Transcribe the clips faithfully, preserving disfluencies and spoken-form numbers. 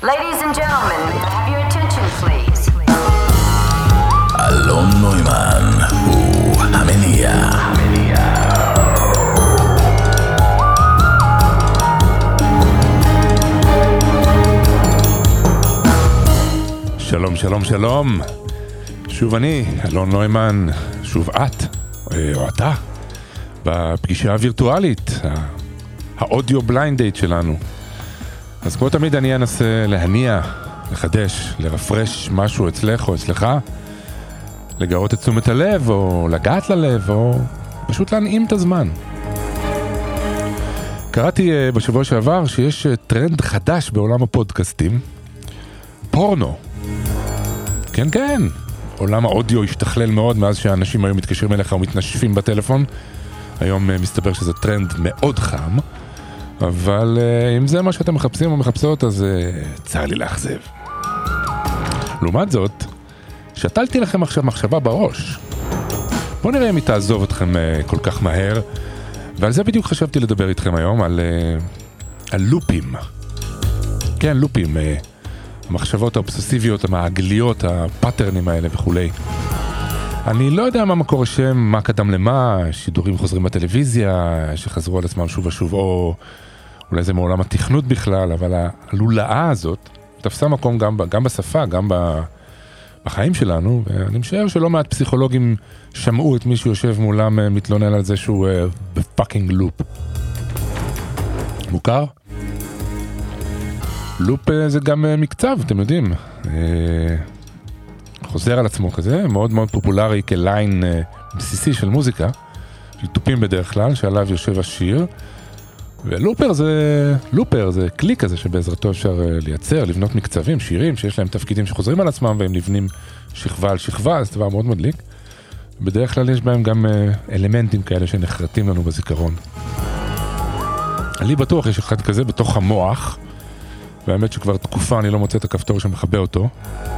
Ladies and gentlemen, may I have your attention please? אלון נוימן הוא המניע. שלום, שלום, שלום. שוב אני, אלון נוימן, שוב את, או אתה, בפגישה הווירטואלית, האודיו בליינד דייט שלנו. אז כמו תמיד אני אנסה להניע, לחדש, לרפרש משהו אצלך או אצלך, לגרות את תשומת הלב, או לגעת ללב, או פשוט להנעים את הזמן. קראתי בשבוע שעבר שיש טרנד חדש בעולם הפודקאסטים, פורנו. כן, כן. עולם האודיו השתכלל מאוד מאז שאנשים היו מתקשרים אליך ומתנשפים בטלפון. היום מסתבר שזה טרנד מאוד חם, אבל אם זה מה שאתם מחפשים או מחפשות, אז צר לי לאכזב. לעומת זאת, שתלתי לכם עכשיו מחשבה בראש. בואו נראה אם היא תעזוב אתכם כל כך מהר, ועל זה בדיוק חשבתי לדבר איתכם היום, על, על לופים. כן, לופים. המחשבות האובססיביות, המעגליות, הפאטרנים האלה וכולי. אני לא יודע מה מקור השם, מה קדם למה, שידורים חוזרים בטלוויזיה, שחזרו על עצמם שוב ושוב, או אולי זה מעולם התכנות בכלל, אבל הלולאה הזאת תפסה מקום גם, גם בשפה, גם בחיים שלנו, ואני משער שלא מעט פסיכולוגים שמעו את מי שיושב מולם מתלונן על זה שהוא בפאקינג לופ. מוכר? לופ זה גם מקצב, אתם יודעים. חוזר על עצמו כזה, מאוד מאוד פופולרי כליין בסיסי של מוזיקה, של טופים בדרך כלל, שעליו יושב השיר. ולופר זה, לופר זה כלי כזה שבעזרתו אפשר לייצר, לבנות מקצבים, שירים, שיש להם תפקידים שחוזרים על עצמם, והם נבנים שכבה על שכבה, זה דבר מאוד מדליק. בדרך כלל יש בהם גם אלמנטים כאלה שנחרטים לנו בזיכרון. אני בטוח יש אחד כזה בתוך המוח, והאמת שכבר תקופה אני לא מוצא את הכפתור שמחבא אותו.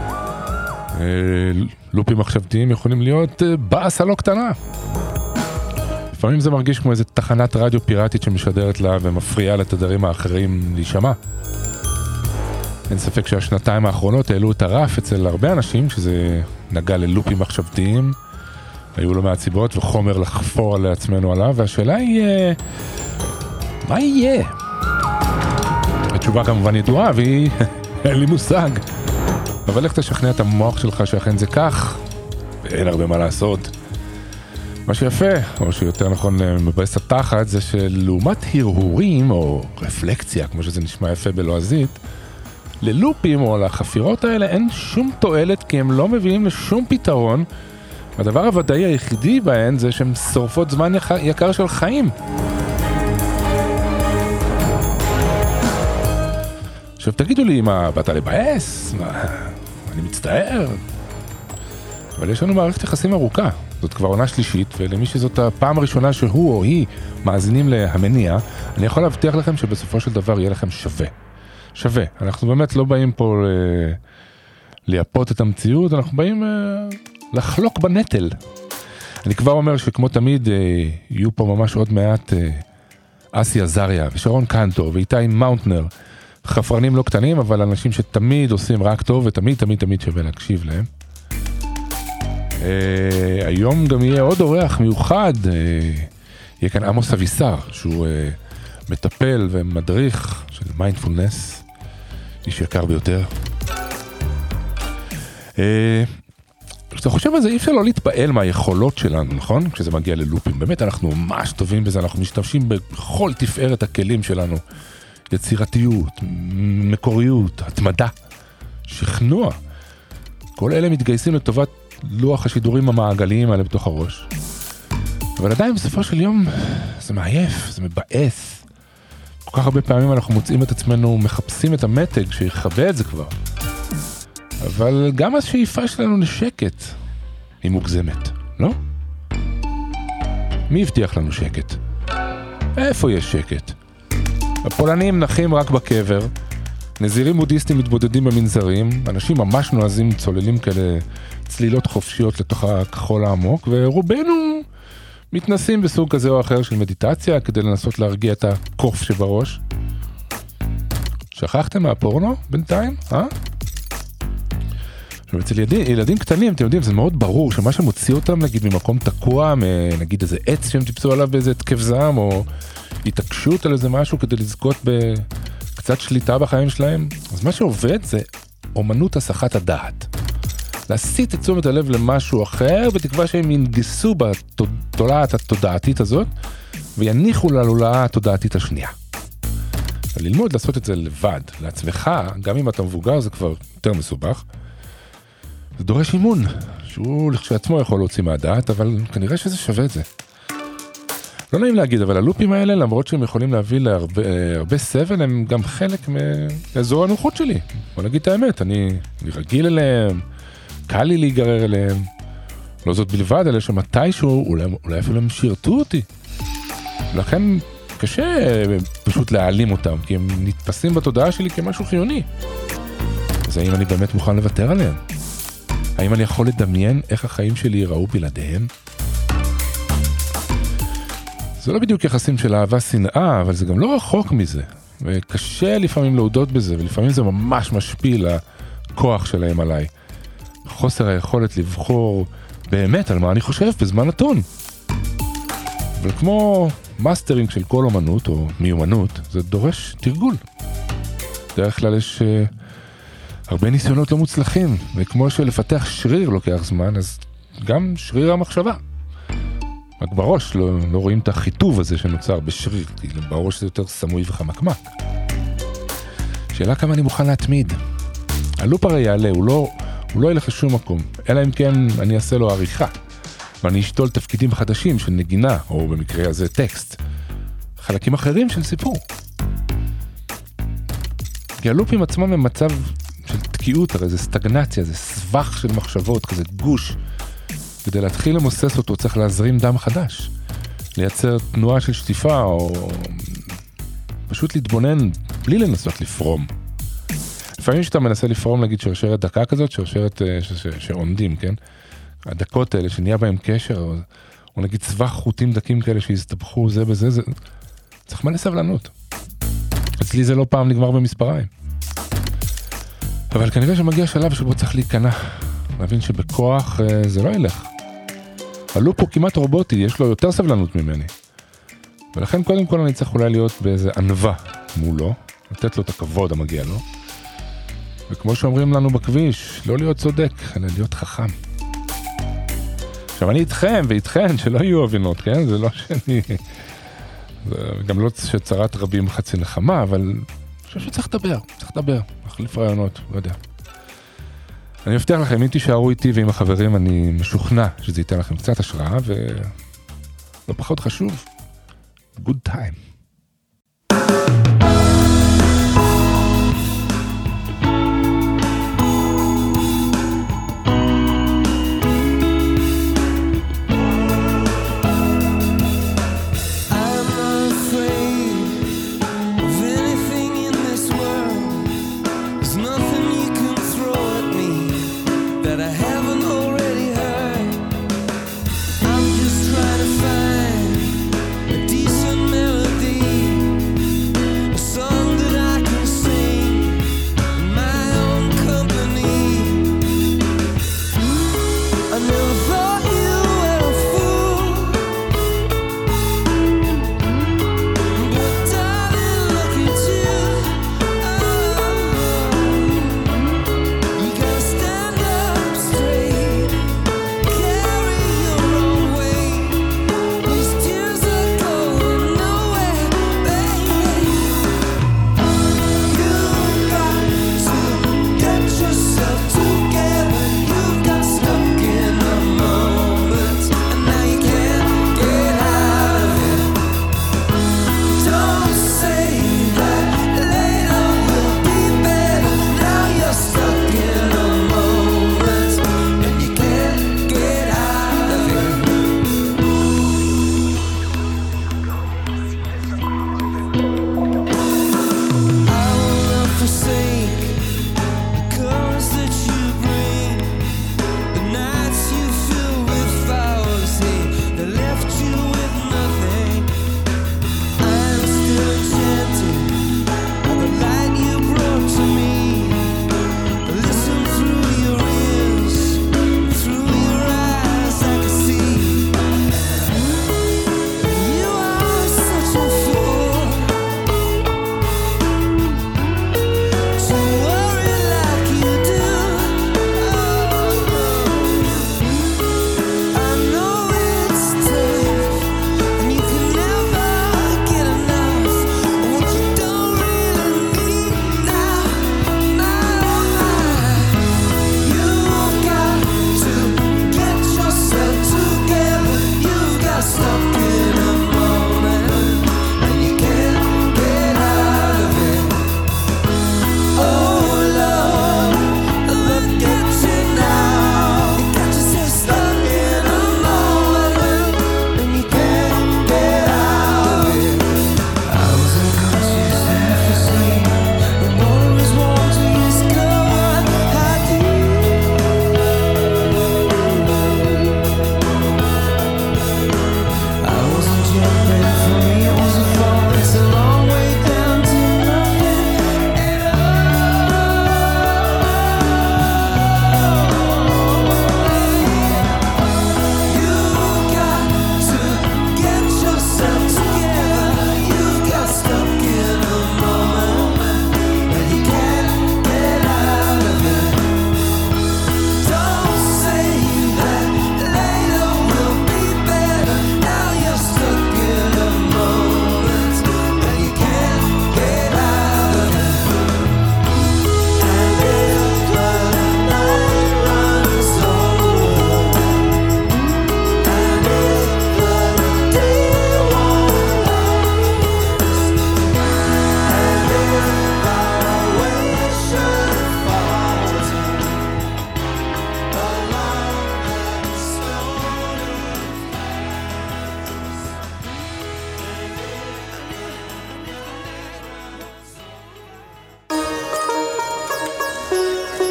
לופים מחשבתיים יכולים להיות באסה לא קטנה. לפעמים זה מרגיש כמו איזו תחנת רדיו פיראטית שמשדרת לה ומפריעה לתדרים האחרים להישמע. אין ספק שהשנתיים האחרונות העלו את הרף אצל הרבה אנשים, שזה נגע ללופים מחשבתיים. היו לו מעט סיבות וחומר לחפור על עצמנו עליו, והשאלה היא, מה יהיה? התשובה כמובן ידועה, והיא, אין לי מושג. אבל איך תשכנע את המוח שלך שאכן זה כך, ואין הרבה מה לעשות. מה שיפה, או שיותר נכון מבאס התחת, זה שלעומת הרהורים, או רפלקציה, כמו שזה נשמע יפה בלועזית, ללופים או לחפירות האלה אין שום תועלת, כי הם לא מביאים לשום פתרון. הדבר הוודאי היחידי בהן זה שהן שורפות זמן יקר של חיים. עכשיו תגידו לי, מה, באת לבאס? מה, אני מצטער. אבל יש לנו מערכת יחסים ארוכה. זאת כבר עונה שלישית, ולמי שזאת הפעם הראשונה שהוא או היא מאזינים להמניע, אני יכול להבטיח לכם שבסופו של דבר יהיה לכם שווה. שווה. אנחנו באמת לא באים פה ל... לייפות את המציאות, אנחנו באים לחלוק בנטל. אני כבר אומר שכמו תמיד יהיו פה ממש עוד מעט אסי עזריה ושרון קנטור ואיתי מאונטנר, חפרנים לא קטנים, אבל אנשים שתמיד עושים רק טוב, ותמיד תמיד תמיד שווה להקשיב להם. Uh, היום גם יהיה עוד אורח מיוחד, uh, יהיה כאן עמוס אבישר, שהוא uh, מטפל ומדריך של מיינדפולנס, איש יקר ביותר. Uh, כשאתה חושב על זה, אי אפשר לא להתפעל מהיכולות שלנו, נכון? כשזה מגיע ללופים, באמת אנחנו ממש טובים בזה, אנחנו משתמשים בכל תפארת הכלים שלנו. יצירתיות, מקוריות, התמדה, שכנוע. כל אלה מתגייסים לטובת לוח השידורים המעגליים האלה בתוך הראש. אבל עדיין בסופו של יום זה מעייף, זה מבאס. כל כך הרבה פעמים אנחנו מוצאים את עצמנו, מחפשים את המתג שיחווה את זה כבר. אבל גם השאיפה שלנו לשקט היא מוגזמת, לא? מי הבטיח לנו שקט? איפה יש שקט? הפולנים נחים רק בקבר, נזירים בודהיסטים מתבודדים במנזרים, אנשים ממש נועזים צוללים כאלה צלילות חופשיות לתוך הכחול העמוק, ורובנו מתנסים בסוג כזה או אחר של מדיטציה כדי לנסות להרגיע את הקוף שבראש. שכחתם מהפורנו בינתיים? אה? עכשיו, אצל ילדים, ילדים קטנים, אתם יודעים, זה מאוד ברור שמה שמוציא אותם, נגיד, ממקום תקוע, נגיד איזה עץ שהם טיפסו עליו באיזה תקף זעם, או התעקשות על איזה משהו כדי לזכות בקצת שליטה בחיים שלהם. אז מה שעובד זה אומנות הסחת הדעת. להסיט את תשומת הלב למשהו אחר, בתקווה שהם ינגסו בתולעת התודעתית הזאת, ויניחו ללולאה התודעתית השנייה. ללמוד לעשות את זה לבד, לעצמך, גם אם אתה מבוגר זה כבר יותר מסובך, זה דורש אימון, שהוא לכשעצמו יכול להוציא מהדעת, אבל כנראה שזה שווה את זה. לא נעים להגיד, אבל הלופים האלה, למרות שהם יכולים להביא להרבה הרבה סבל, הם גם חלק מאזור הנוחות שלי. בוא נגיד את האמת, אני, אני רגיל אליהם, קל לי להיגרר אליהם, לא זאת בלבד, אלא שמתישהו, אולי, אולי אפילו הם שירתו אותי. לכן קשה פשוט להעלים אותם, כי הם נתפסים בתודעה שלי כמשהו חיוני. אז האם אני באמת מוכן לוותר עליהם? האם אני יכול לדמיין איך החיים שלי ייראו בלעדיהם? זה לא בדיוק יחסים של אהבה שנאה, אבל זה גם לא רחוק מזה. וקשה לפעמים להודות בזה, ולפעמים זה ממש משפיל הכוח שלהם עליי. חוסר היכולת לבחור באמת על מה אני חושב בזמן נתון. אבל כמו מאסטרינג של כל אומנות או מיומנות, זה דורש תרגול. דרך כלל יש uh, הרבה ניסיונות לא מוצלחים, וכמו שלפתח שריר לוקח זמן, אז גם שריר המחשבה. רק בראש לא, לא רואים את החיטוב הזה שנוצר בשריר, כי בראש זה יותר סמוי וחמקמק. שאלה כמה אני מוכן להתמיד. הלופ הרי יעלה, הוא לא, הוא לא ילך לשום מקום, אלא אם כן אני אעשה לו עריכה. ואני אשתול תפקידים חדשים של נגינה, או במקרה הזה טקסט. חלקים אחרים של סיפור. כי הלופים עצמם הם מצב של תקיעות, הרי זה סטגנציה, זה סבך של מחשבות, כזה גוש. כדי להתחיל למוסס אותו צריך להזרים דם חדש. לייצר תנועה של שטיפה, או פשוט להתבונן בלי לנסות לפרום. לפעמים שאתה מנסה לפרום, נגיד שרשרת דקה כזאת, שרשרת ש- ש- שעומדים, כן? הדקות האלה שנהיה בהם קשר, או, או נגיד סבך חוטים דקים כאלה שהסתבכו זה בזה, זה... צריך מלא סבלנות. אצלי זה לא פעם נגמר במספריים. אבל כנראה שמגיע שלב שבו צריך להיכנע. להבין שבכוח אה, זה לא ילך. הלופ הוא כמעט רובוטי, יש לו יותר סבלנות ממני. ולכן קודם כל אני צריך אולי להיות באיזה ענווה מולו, לתת לו את הכבוד המגיע לו. וכמו שאומרים לנו בכביש, לא להיות צודק, אלא להיות חכם. עכשיו אני איתכם ואיתכן שלא יהיו אבינות, כן? זה לא שאני... זה גם לא שצרת רבים חצי נחמה, אבל אני חושב שצריך לדבר, צריך לדבר, להחליף רעיונות, לא יודע. אני מבטיח לכם, אם תישארו איתי ועם החברים, אני משוכנע שזה ייתן לכם קצת השראה, ולא פחות חשוב, good time. Melody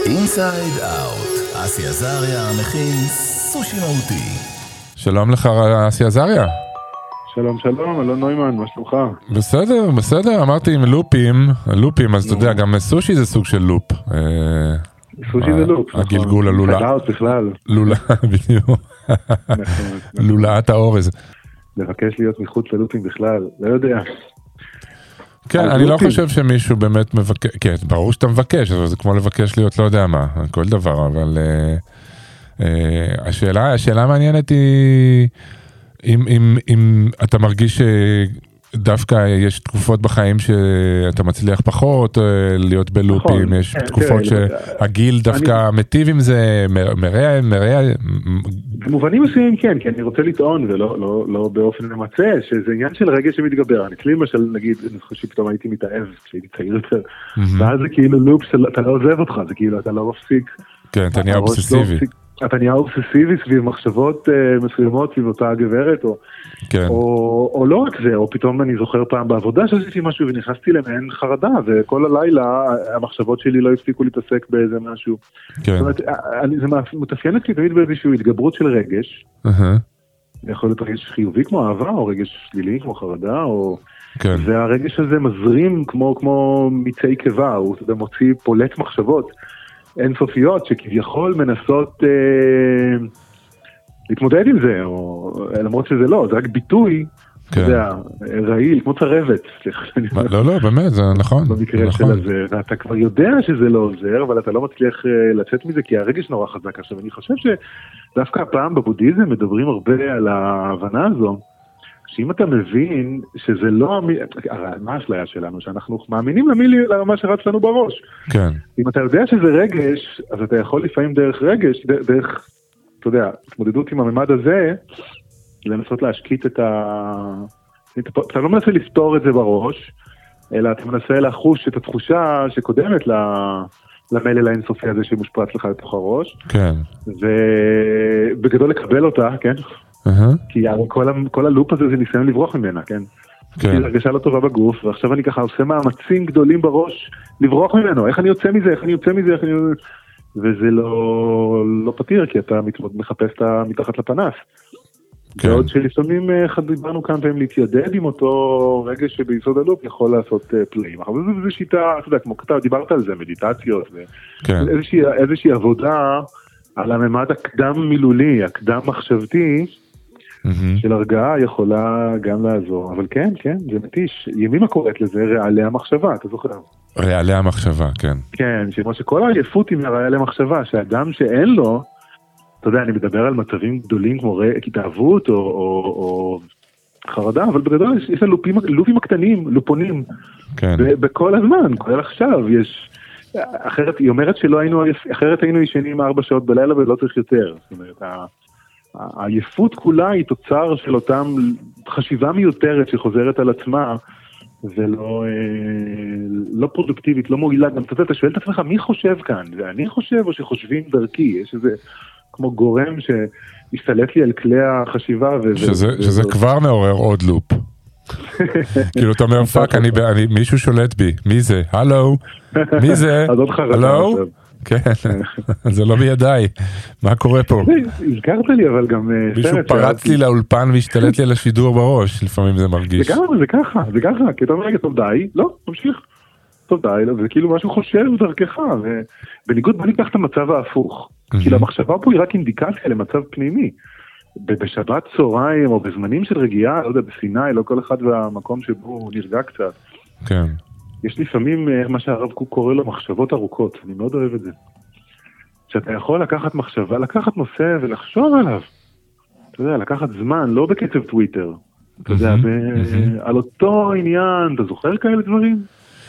אינסייד אאוט, אסי עזריה מכין סושי מהותי. שלום לך אסי עזריה. שלום שלום, אלון נוימן, מה שלומך? בסדר, בסדר, אמרתי עם לופים, לופים, אז אתה יודע, גם סושי זה סוג של לופ. סושי זה לופ, נכון. הגלגול הלולה. חדאות בכלל. לולה, בדיוק. לולאת האורז. לבקש להיות מחוץ ללופים בכלל, לא יודע. כן, אני לא חושב שמישהו באמת מבקש, כן, ברור שאתה מבקש, אבל זה כמו לבקש להיות לא יודע מה, כל דבר, אבל השאלה, השאלה מעניינת היא, אם, אם, אם אתה מרגיש שדווקא יש תקופות בחיים שאתה מצליח פחות להיות בלופים, נכון, יש כן, תקופות כן, שהגיל דווקא אני... מטיב עם זה, מראה, מראה... במובנים מסוימים כן, כי אני רוצה לטעון, ולא לא, לא באופן ממצא, שזה עניין של רגע שמתגבר. אני אצלי למשל, נגיד, אני חושב שפתאום הייתי מתאהב, כשהייתי צעיר יותר, mm-hmm. ואז זה כאילו לופ שאתה לא עוזב אותך, זה כאילו אתה לא מפסיק. כן, אתה נהיה אובססיבי. אתה נהיה אובססיבי סביב מחשבות uh, מסוימות, סביב אותה הגברת, או, כן. או, או לא רק זה, או פתאום אני זוכר פעם בעבודה שעשיתי משהו ונכנסתי למעין חרדה, וכל הלילה המחשבות שלי לא הפסיקו להתעסק באיזה משהו. כן. זאת אומרת, אני, זה מתאפיין אצלי תמיד באיזושהי התגברות של רגש, uh-huh. זה יכול להיות רגש חיובי כמו אהבה, או רגש שלילי כמו חרדה, או... כן. והרגש הזה מזרים כמו, כמו מיצי קיבה, הוא יודע, מוציא פולט מחשבות. אינסופיות שכביכול מנסות אה, להתמודד עם זה, או, למרות שזה לא, זה רק ביטוי, כן. זה רעיל, כמו צרבת. לא, לא, באמת, זה נכון. במקרה זה של נכון. הזה, ואתה כבר יודע שזה לא עוזר, אבל אתה לא מצליח אה, לצאת מזה, כי הרגש נורא חזק. עכשיו, אני חושב שדווקא הפעם בבודהיזם מדברים הרבה על ההבנה הזו, שאם אתה מבין שזה לא, מה האשליה שלנו, שאנחנו מאמינים למילי, למה שרץ לנו בראש. כן. אם אתה יודע שזה רגש, אז אתה יכול לפעמים דרך רגש, דרך, אתה יודע, התמודדות עם הממד הזה, לנסות להשקיט את ה... אתה לא מנסה לפתור את זה בראש, אלא אתה מנסה לחוש את התחושה שקודמת למלל האינסופי הזה שמושפרץ לך לתוך הראש. כן. ובגדול לקבל אותה, כן? כי כל הלופ הזה זה ניסיון לברוח ממנה, כן? כי הרגשה לא טובה בגוף, ועכשיו אני ככה עושה מאמצים גדולים בראש לברוח ממנו, איך אני יוצא מזה, איך אני יוצא מזה, איך אני... וזה לא פתיר, כי אתה מחפש את מתחת לפנס. ועוד שלפעמים דיברנו כאן פעמים להתיידד עם אותו רגש שביסוד הלופ יכול לעשות פלאים. אבל זו שיטה, אתה יודע, כמו אתה דיברת על זה, מדיטציות, איזושהי עבודה על הממד הקדם מילולי, הקדם מחשבתי, של הרגעה יכולה גם לעזור, אבל כן, כן, זה מתיש. ימימה קוראת לזה רעלי המחשבה, אתה זוכר? רעלי המחשבה, כן. כן, שמה שכל העייפות היא מרעלי המחשבה, שאדם שאין לו, אתה יודע, אני מדבר על מצבים גדולים כמו התאהבות או, או, או חרדה, אבל בגדול יש לה לופים, לופים הקטנים, לופונים, כן. בכל הזמן, כולל עכשיו, יש... אחרת, היא אומרת שלא היינו, אחרת היינו ישנים ארבע שעות בלילה ולא צריך יותר, זאת אומרת, העייפות כולה היא תוצר של אותם חשיבה מיותרת שחוזרת על עצמה, ולא לא פרודוקטיבית, לא מועילה. גם אתה שואל את עצמך, מי חושב כאן? זה אני חושב או שחושבים דרכי? יש איזה כמו גורם שהשתלט לי על כלי החשיבה. שזה כבר מעורר עוד לופ. כאילו אתה אומר, פאק, מישהו שולט בי. מי זה? הלו? מי זה? הלו? כן, זה לא בידיי. מה קורה פה? הזכרת לי, אבל גם... מישהו פרץ לי לאולפן והשתלט לי על השידור בראש, לפעמים זה מרגיש. זה ככה, זה ככה, זה ככה, כי אתה אומר, רגע, טוב די, לא, תמשיך. טוב די, זה כאילו משהו חושב דרכך, ובניגוד בוא ניקח את המצב ההפוך. כי המחשבה פה היא רק אינדיקציה למצב פנימי. בשבת צהריים, או בזמנים של רגיעה, לא יודע, בסיני, לא כל אחד והמקום שבו הוא נרגע קצת. כן. יש לפעמים מה שהרב קוק קורא לו מחשבות ארוכות, אני מאוד אוהב את זה. שאתה יכול לקחת מחשבה, לקחת נושא ולחשוב עליו. אתה יודע, לקחת זמן, לא בקצב טוויטר. אתה יודע, על אותו עניין, אתה זוכר כאלה דברים?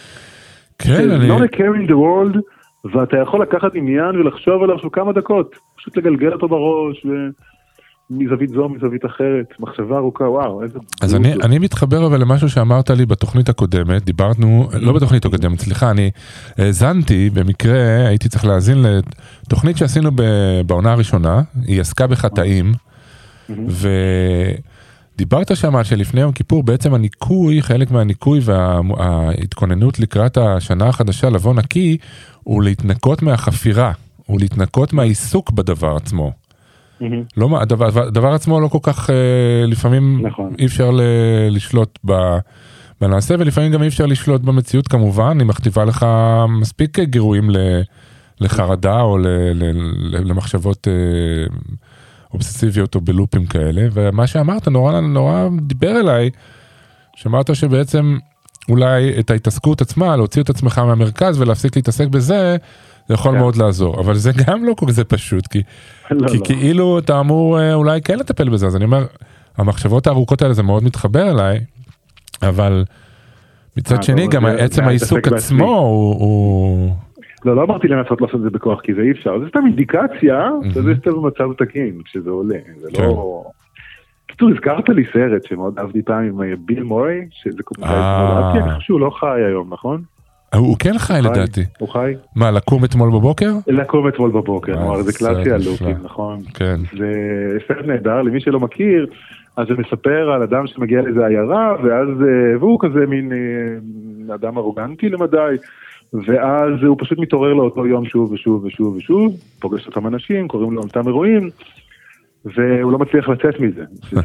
כן, אני... not a care in the world, ואתה יכול לקחת עניין ולחשוב עליו של כמה דקות. פשוט לגלגל אותו בראש ו... מזווית זו, מזווית אחרת, מחשבה ארוכה, וואו, איזה... אז אני, אני מתחבר אבל למשהו שאמרת לי בתוכנית הקודמת, דיברנו, לא בתוכנית הקודמת, סליחה, אני האזנתי, במקרה הייתי צריך להאזין לתוכנית שעשינו בעונה הראשונה, היא עסקה בחטאים, דיברת שם שלפני יום כיפור, בעצם הניקוי, חלק מהניקוי וההתכוננות לקראת השנה החדשה לבוא נקי, הוא להתנקות מהחפירה, הוא להתנקות מהעיסוק בדבר עצמו. לא, הדבר, הדבר עצמו לא כל כך, לפעמים נכון. אי אפשר ל- לשלוט ב... בנעשה, ולפעמים גם אי אפשר לשלוט במציאות כמובן, היא מכתיבה לך מספיק גירויים לחרדה או למחשבות אובססיביות או בלופים כאלה, ומה שאמרת נורא נורא דיבר אליי, שאמרת שבעצם אולי את ההתעסקות עצמה, להוציא את עצמך מהמרכז ולהפסיק להתעסק בזה, זה יכול מאוד לעזור, אבל זה גם לא כל זה פשוט, כי כאילו אתה אמור אולי כן לטפל בזה, אז אני אומר, המחשבות הארוכות האלה זה מאוד מתחבר אליי, אבל מצד שני גם עצם העיסוק עצמו הוא... לא, לא אמרתי לנסות לעשות את זה בכוח, כי זה אי אפשר, זה סתם אינדיקציה, שזה יותר במצב תקין, כשזה עולה, זה לא... פתאום הזכרת לי סרט שמאוד אהבתי פעם עם ביל מורי, שזה קומיקאי שמאוד, אני חושב שהוא לא חי היום, נכון? הוא כן חי לדעתי. הוא חי? מה, לקום אתמול בבוקר? לקום אתמול בבוקר, זה קלאסי הלופים, נכון? כן. זה סרט נהדר, למי שלא מכיר, אז זה מספר על אדם שמגיע לאיזה עיירה, ואז, והוא כזה מין אדם ארוגנטי למדי, ואז הוא פשוט מתעורר לאותו יום שוב ושוב ושוב ושוב, פוגש אותם אנשים, קוראים לו אותם אירועים, והוא לא מצליח לצאת מזה.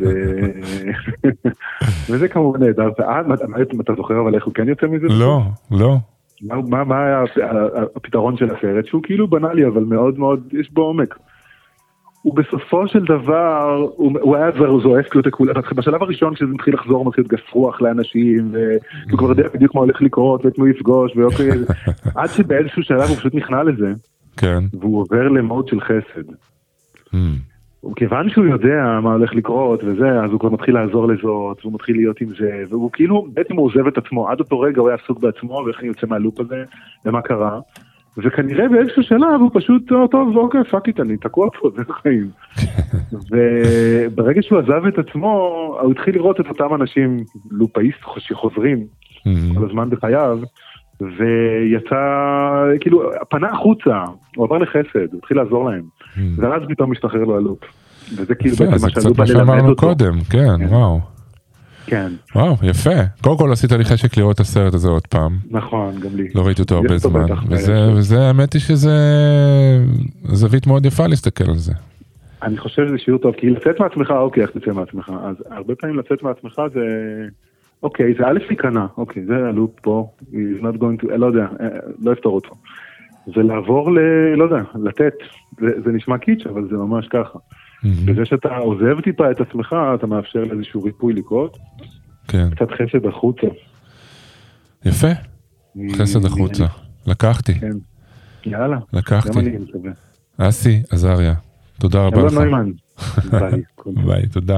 וזה כמובן נהדר. אתה זוכר אבל איך הוא כן יוצא מזה? לא, לא. מה היה הפתרון של הסרט? שהוא כאילו בנאלי, אבל מאוד מאוד, יש בו עומק. הוא בסופו של דבר, הוא היה זועף כאילו תקולה, בשלב הראשון כשזה מתחיל לחזור, מתחיל גסרוח לאנשים, והוא כבר יודע בדיוק מה הולך לקרות, ואת מי יפגוש, ואוקיי, עד שבאיזשהו שלב הוא פשוט נכנע לזה, והוא עובר למוד של חסד. וכיוון שהוא יודע מה הולך לקרות וזה, אז הוא כבר מתחיל לעזור לזאת, והוא מתחיל להיות עם זה, והוא כאילו, בעצם הוא עוזב את עצמו, עד אותו רגע הוא היה עסוק בעצמו, ואיך אני יוצא מהלופ הזה, ומה קרה, וכנראה באיזשהו שלב הוא פשוט, טוב, אוקיי, פאק איט, אני תקוע פה, זה חיים. וברגע שהוא עזב את עצמו, הוא התחיל לראות את אותם אנשים לופאיסט שחוזרים כל הזמן בחייו, ויצא, כאילו, פנה החוצה, הוא עבר לחסד, הוא התחיל לעזור להם, ואז פתאום משתחרר לו הלופ. וזה כאילו בעצם מה שהלופ בא ללמד אותו. קודם, כן, וואו. כן. וואו, יפה. קודם כל עשית לי חשק לראות את הסרט הזה עוד פעם. נכון, גם לי. לא ראיתי אותו הרבה זמן. וזה, האמת היא שזה זווית מאוד יפה להסתכל על זה. אני חושב שזה שיעור טוב, כי לצאת מעצמך, אוקיי, איך תצא מעצמך? אז הרבה פעמים לצאת מעצמך זה, אוקיי, זה א' להיכנע, אוקיי, זה הלופ פה, he's not going to, לא יודע, לא אפתור אותו. זה לעבור ל, לא יודע, לתת, זה, זה נשמע קיץ', אבל זה ממש ככה. בזה שאתה עוזב טיפה את עצמך, אתה מאפשר לאיזשהו ריפוי לקרות, קצת חסד החוצה. יפה, חסד החוצה. לקחתי. יאללה. לקחתי. אסי עזריה, תודה רבה לך. ביי. ביי, תודה.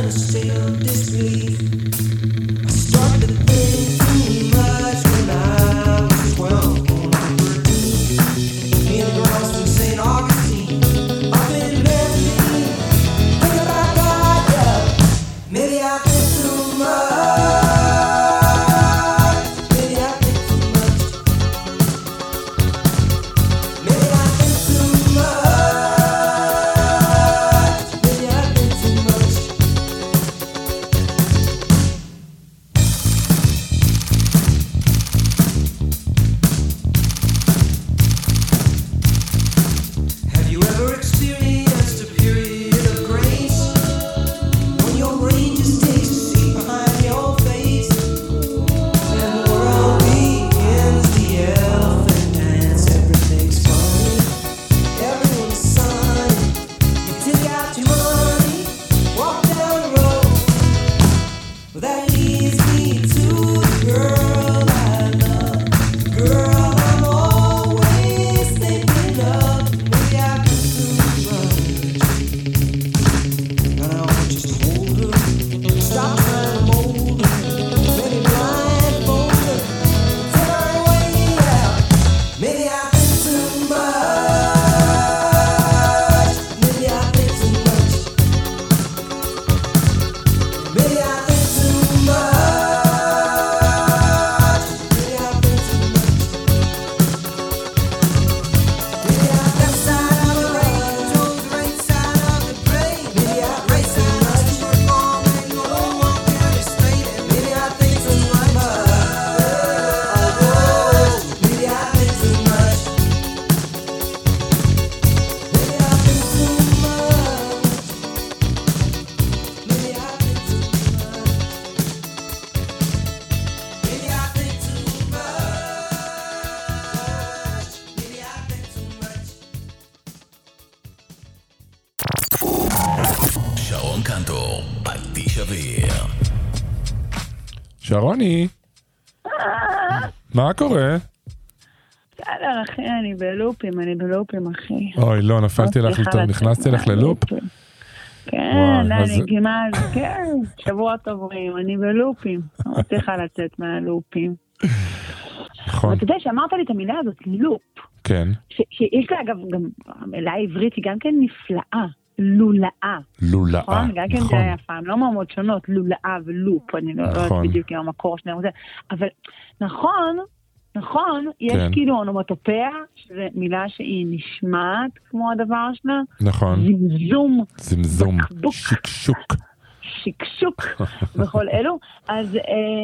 Disbelief. I started to think too much when I שרוני, מה קורה? בסדר, אחי, אני בלופים, אני בלופים, אחי. אוי, לא, נפלתי לך לטוב, נכנסתי לך ללופ? כן, אני כמעט, כן, שבוע טובים, אני בלופים. לא צריכה לצאת מהלופים. נכון. אתה יודע שאמרת לי את המילה הזאת, לופ. כן. שיש לה, אגב, גם, המילה העברית היא גם כן נפלאה. לולאה. לולאה, נכון. גם כן זה היה פעם, לא מאוד שונות, לולאה ולופ, אני לא יודעת בדיוק עם המקור שניהם, אבל נכון, נכון, יש כאילו אונומטופיה, שזו מילה שהיא נשמעת כמו הדבר שלה. נכון. זמזום. זמזום. שקשוק. שקשוק. בכל אלו. אז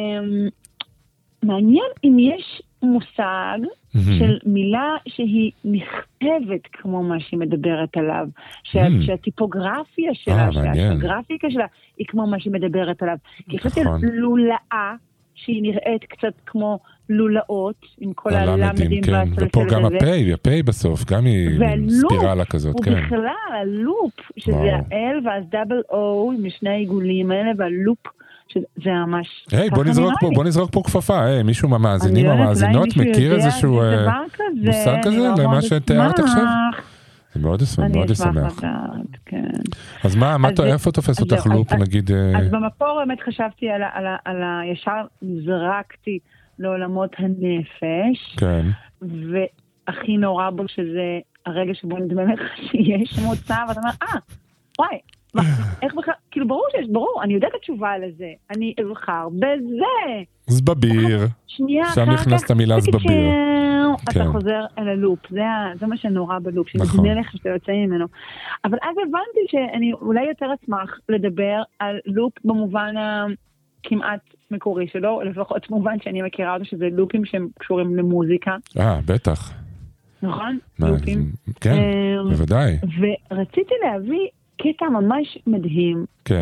מעניין אם יש מושג של מילה שהיא נכתבת כמו מה שהיא מדברת עליו, שהטיפוגרפיה שלה, שהגרפיקה שלה היא כמו מה שהיא מדברת עליו. כי חושבת לולאה, שהיא נראית קצת כמו לולאות, עם כל הלמדים והסלסלת הזה. ופה גם הפי, הפי בסוף, גם היא ספירלה כזאת, כן. ובכלל, הלופ, שזה ה-L ואז דאבל O, משני העיגולים האלה, והלופ, שזה ממש... היי, בוא נזרוק פה, בוא נזרוק פה כפפה, היי, מישהו מהמאזינים או המאזינות מכיר איזשהו מושג כזה, למה שתיארת עכשיו? זה מאוד ישמח. אז מה, איפה תופס אותך לופ, נגיד... אז במקור באמת חשבתי על הישר, זרקתי לעולמות הנפש, והכי נורא בו שזה הרגע שבו נדמה לך שיש מוצא, ואתה אומר, אה, וואי, איך בכלל, כאילו ברור שיש, ברור, אני יודעת התשובה לזה, אני אבחר בזה. זבביר, שם נכנסת המילה זבביר. אתה חוזר אל הלופ, זה מה שנורא בלופ, שנדמה לך שאתה יוצא ממנו. אבל אז הבנתי שאני אולי יותר אשמח לדבר על לופ במובן הכמעט מקורי שלו, לפחות במובן שאני מכירה אותו, שזה לופים שהם קשורים למוזיקה. אה, בטח. נכון? לופים. כן, בוודאי. ורציתי להביא קטע ממש מדהים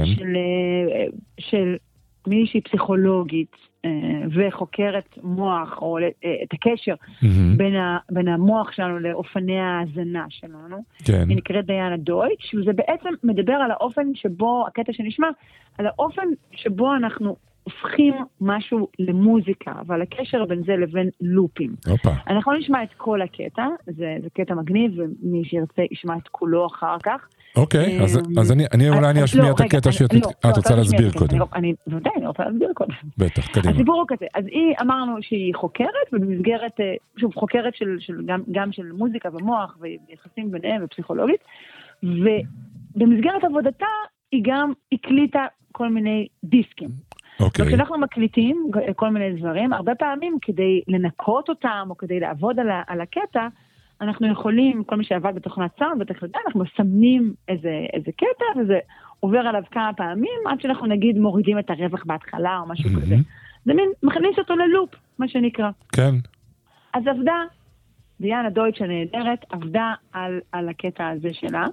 של מישהי פסיכולוגית וחוקרת מוח, או את הקשר בין המוח שלנו לאופני ההזנה שלנו. היא נקראת דיאנה דויטש, וזה בעצם מדבר על האופן שבו, הקטע שנשמע, על האופן שבו אנחנו הופכים משהו למוזיקה, ועל הקשר בין זה לבין לופים. אנחנו נשמע את כל הקטע, זה קטע מגניב, ומי שירצה ישמע את כולו אחר כך. אוקיי, אז אני אולי אני אשמיע את הקטע שאת רוצה להסביר קודם. אני רוצה להסביר קודם. בטח, קדימה. הסיפור הוא כזה, אז היא אמרנו שהיא חוקרת, ובמסגרת, שוב, חוקרת גם של מוזיקה ומוח, ויחסים ביניהם ופסיכולוגית, ובמסגרת עבודתה היא גם הקליטה כל מיני דיסקים. וכשאנחנו מקליטים כל מיני דברים, הרבה פעמים כדי לנקות אותם, או כדי לעבוד על הקטע, אנחנו יכולים, כל מי שעבד בתוכנת סאונד, בתכלתה, אנחנו מסמנים איזה, איזה קטע, וזה עובר עליו כמה פעמים, עד שאנחנו נגיד מורידים את הרווח בהתחלה, או משהו כזה. זה מין, מכניס אותו ללופ, מה שנקרא. כן. אז עבדה, דיאנה דויטש הנהדרת, עבדה על, על הקטע הזה שלה,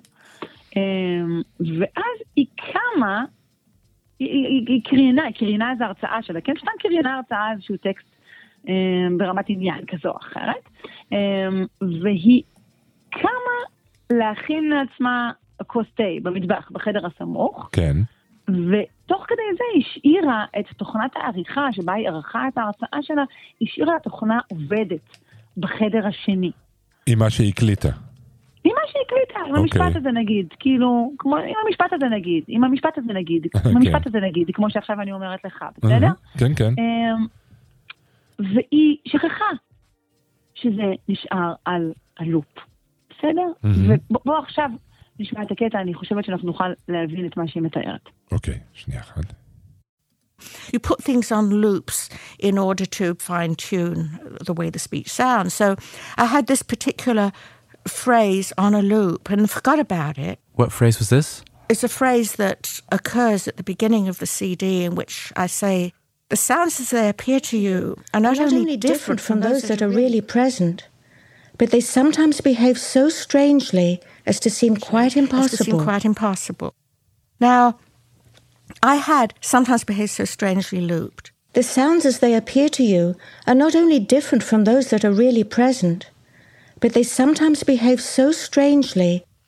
ואז היא קמה, היא, היא, היא קרינה, היא קרינה איזו הרצאה שלה, כן? סתם קרינה הרצאה איזשהו טקסט, ברמת עניין כזו או אחרת, והיא קמה להכין לעצמה כוס תה במטבח, בחדר הסמוך, כן. ותוך כדי זה השאירה את תוכנת העריכה, שבה היא ערכה את ההרצאה שלה, השאירה התוכנה עובדת בחדר השני. עם מה שהיא הקליטה. עם מה שהיא הקליטה, עם המשפט הזה נגיד, כאילו, כמו, עם המשפט הזה נגיד, עם המשפט הזה נגיד, עם המשפט הזה נגיד, כמו שעכשיו אני אומרת לך, בסדר? כן, כן. והיא שכחה שזה נשאר על הלופ. בסדר? ובוא עכשיו נשמע את הקטע, אני חושבת שאנחנו נוכל להבין את מה שהיא מתארת. אוקיי, שנייה אחת. You put things on loops in order to fine-tune the way the speech sounds. So I had this particular phrase on a loop and forgot about it. What phrase was this? It's a phrase that occurs at the beginning of the C D in which I say, the sounds as they appear to you are not, not only, only different from those that are really present, but they sometimes behave so strangely as to seem quite impossible. As to seem quite impossible. Now, I had sometimes behave so strangely looped. The sounds as they appear to you are not only different from those that are really present, but they sometimes behave so strangely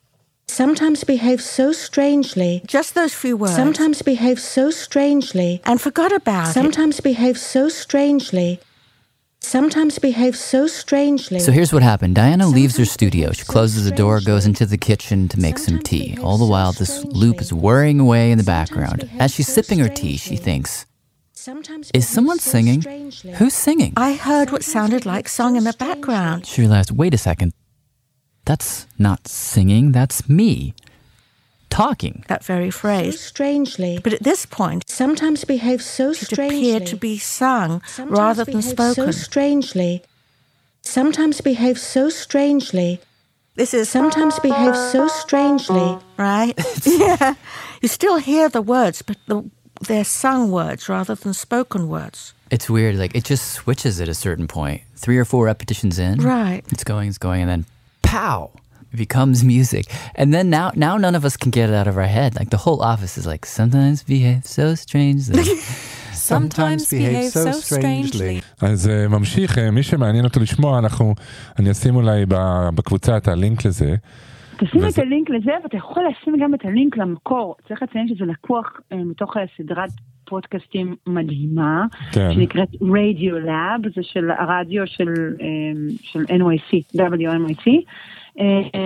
sometimes behave so strangely. Just those few words. Sometimes behave so strangely. And forgot about sometimes it. behave so strangely. Sometimes behave so strangely. So here's what happened. Diana leaves her studio. She closes the door, goes into the kitchen to make some tea. All the while, this loop is whirring away in the background. As she's sipping her tea, she thinks, is someone singing? Who's singing? I heard what sounded like song in the background. She realized, wait a second. That's not singing, that's me. Talking. That very phrase. So strangely. But at this point, sometimes behave so it strangely. appeared to be sung sometimes rather than spoken. So strangely. Sometimes behave so strangely. This is sometimes behave so strangely. Right? Yeah. You still hear the words, but the, they're sung words rather than spoken words. It's weird. Like, it just switches at a certain point. Three or four repetitions in. Right. It's going, it's going, and then pow! It becomes music. And then now now none of us can get it out of our head. Like, the whole office is like, sometimes behave so strangely. Sometimes behave so strangely. אז uh, ממשיך, uh, מי שמעניין אותו לשמוע, אנחנו, אני אשים אולי בקבוצה את הלינק לזה. תשים וזה... את הלינק לזה, ואתה יכול לשים גם את הלינק למקור. צריך לציין שזה לקוח uh, מתוך סדרת פודקאסטים מדהימה, כן. שנקראת Radio Lab, זה של הרדיו של, um, של אן וואי סי, דאבליו אן וואי סי, um,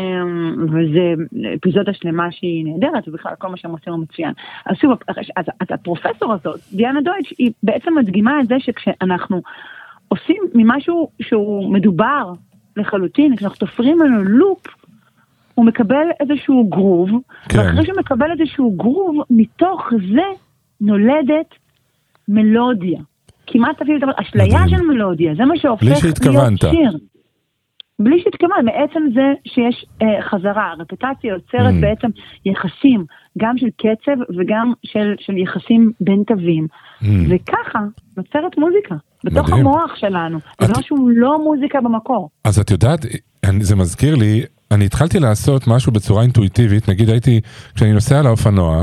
וזה אפיזודה שלמה שהיא נהדרת, ובכלל כל מה שהם עושים הוא מצוין. אז שוב, אז, אז הפרופסור הזאת, דיאנה דויטש, היא בעצם מדגימה את זה שכשאנחנו עושים ממשהו שהוא מדובר לחלוטין, כשאנחנו תופרים לנו לופ, הוא מקבל איזשהו גרוב, כן. ואחרי שהוא מקבל איזשהו גרוב, מתוך זה נולדת מלודיה. כמעט אפילו אשליה של מלודיה, זה מה שהופך להיות שיר. בלי שהתכוונת, מעצם זה שיש אה, חזרה, רפטציה יוצרת mm. בעצם יחסים, גם של קצב וגם של, של יחסים בין תווים. Mm. וככה נוצרת מוזיקה, בתוך מדהים. המוח שלנו. את... זה משהו לא מוזיקה במקור. אז את יודעת, זה מזכיר לי, אני התחלתי לעשות משהו בצורה אינטואיטיבית, נגיד הייתי, כשאני נוסע על האופנוע,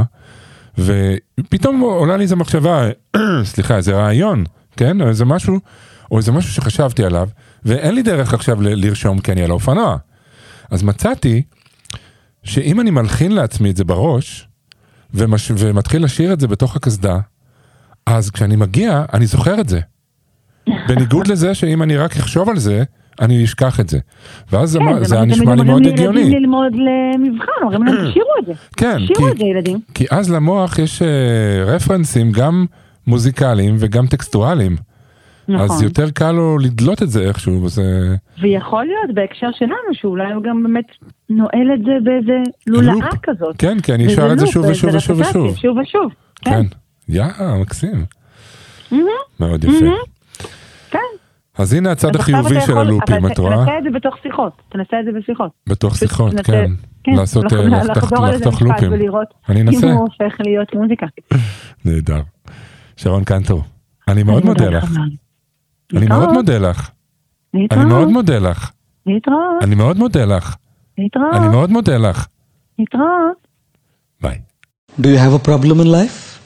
ופתאום עולה לי איזו מחשבה, סליחה, איזה רעיון, כן? או איזה משהו, או איזה משהו שחשבתי עליו, ואין לי דרך עכשיו ל- לרשום כי אני על האופנוע. אז מצאתי, שאם אני מלחין לעצמי את זה בראש, ומש... ומתחיל לשיר את זה בתוך הכסדה, אז כשאני מגיע, אני זוכר את זה. בניגוד לזה שאם אני רק אחשוב על זה, אני אשכח את זה. ואז כן, זה, זה נשמע לי מאוד הגיוני. אומרים לילדים ללמוד למבחן, אומרים להם, תשירו את זה. כן, תשירו כי, את זה, ילדים. כי אז למוח יש uh, רפרנסים גם מוזיקליים וגם טקסטואליים. נכון. אז יותר קל לו לדלות את זה איכשהו. וזה... ויכול להיות בהקשר שלנו, שאולי הוא גם באמת נועל את זה באיזה לולאה כזאת. כן, כי אני אשאר את זה שוב ושוב ושוב ושוב. שוב ושוב. כן. יאה, מקסים. מאוד יפה. כן. אז הנה הצד החיובי של הלופים, את רואה? אבל תנסה את זה בתוך שיחות, תנסה את זה בשיחות. בתוך שיחות, כן. לעשות, לחתוך לופים. אני אנסה. אם הוא הופך להיות מוזיקה. נהדר. שרון קנטור, אני מאוד מודה לך. אני מאוד מודה לך. אני מאוד מודה לך. להתראות. אני מאוד מודה לך. להתראות. אני מאוד מודה לך. להתראות. ביי. Do you have a problem in life?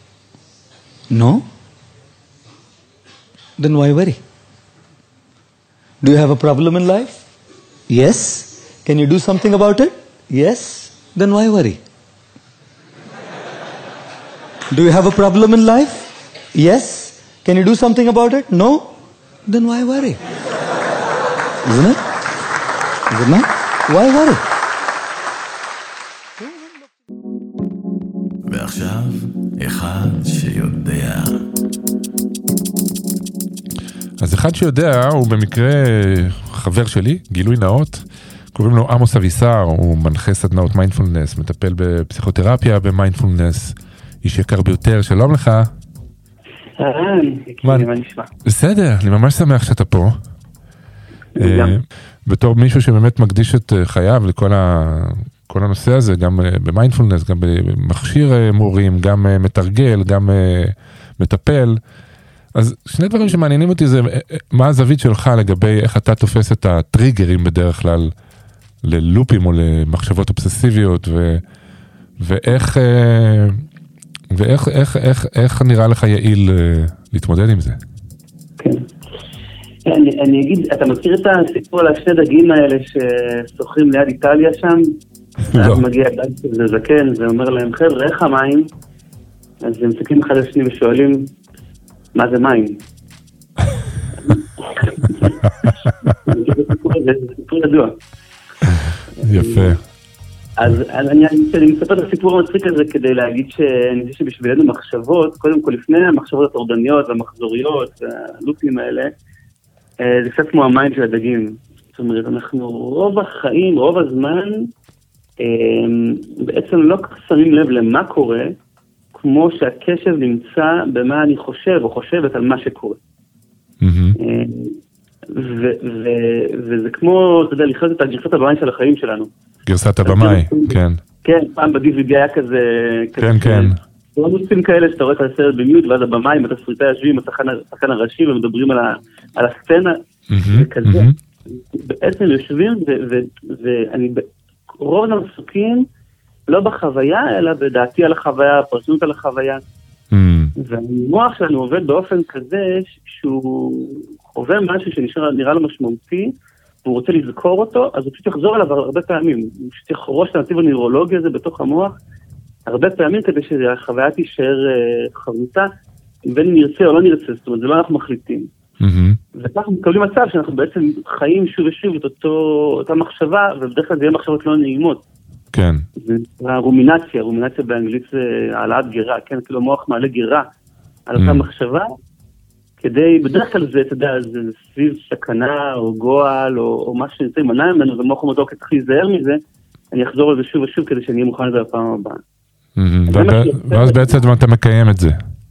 No? Then why worry? Do you have a problem in life? Yes. Can you do something about it? Yes. Then why worry? Do you have a problem in life? Yes. Can you do something about it? No. Then why worry? Isn't it? Isn't it? Why worry? ועכשיו, אחד שיודע. אז אחד שיודע, הוא במקרה חבר שלי, גילוי נאות, קוראים לו עמוס אבישר, הוא מנחה סדנאות מיינדפולנס, מטפל בפסיכותרפיה במיינדפולנס, איש יקר ביותר, שלום לך. מה נשמע? בסדר, אני ממש שמח שאתה פה. בתור מישהו שבאמת מקדיש את חייו לכל כל הנושא הזה, גם במיינדפולנס, גם במכשיר מורים, גם מתרגל, גם מטפל. אז שני דברים שמעניינים אותי זה, מה הזווית שלך לגבי איך אתה תופס את הטריגרים בדרך כלל ללופים או למחשבות אובססיביות, ו, ואיך, ואיך, איך, איך, איך נראה לך יעיל להתמודד עם זה? כן. אני, אני אגיד, אתה מכיר את הסיפור על השני דגים האלה ששוחרים ליד איטליה שם? אז מגיע אדם שזה זקן, ואומר להם, חבר'ה, איך המים? אז הם מסתכלים אחד על שני ושואלים, מה זה מים? זה סיפור ידוע. יפה. אז אני מספר את הסיפור המצחיק הזה כדי להגיד שאני חושב שבשבילנו מחשבות, קודם כל לפני המחשבות הטורדניות והמחזוריות, הלופים האלה, זה קצת כמו המים של הדגים. זאת אומרת, אנחנו רוב החיים, רוב הזמן, בעצם לא שמים לב למה קורה, כמו שהקשב נמצא במה אני חושב או חושבת על מה שקורה. וזה כמו, אתה יודע, לחיות את הגרסת הבמאי של החיים שלנו. גרסת הבמאי, כן. כן, פעם ב-די וי די היה כזה... כן, כן. לא נושאים כאלה שאתה רואה את הסרט במיוט, ואז הבמאי עם התסריטאי יושבים, השחקן הראשי, ומדברים על הסצנה, וכזה. בעצם יושבים, ואני רוב הפסוקים, לא בחוויה, אלא בדעתי על החוויה, פרשנות על החוויה. והמוח שלנו עובד באופן כזה, שהוא חווה משהו שנראה לו משמעותי, והוא רוצה לזכור אותו, אז הוא פשוט יחזור אליו הרבה פעמים. הוא פשוט יחרוש את הנתיב הנוירולוגי הזה בתוך המוח, הרבה פעמים כדי שהחוויה תישאר חרוטה, בין אם נרצה או לא נרצה, זאת אומרת, זה לא אנחנו מחליטים. וכך מקבלים מצב שאנחנו בעצם חיים שוב ושוב את אותה מחשבה, ובדרך כלל זה יהיה מחשבות לא נעימות. כן. זה הרומינציה, רומינציה באנגלית זה העלאת גירה, כן, כאילו המוח מעלה גירה על אותה מחשבה, כדי, בדרך כלל זה, אתה יודע, זה סביב סכנה או גועל או, או מה שנמצא מנע ממנו, ומוח אומר, אוקיי, צריך להיזהר מזה, אני אחזור לזה שוב ושוב כדי שאני אהיה מוכן לזה בפעם הבאה. ואז בעצם אתה מקיים את זה.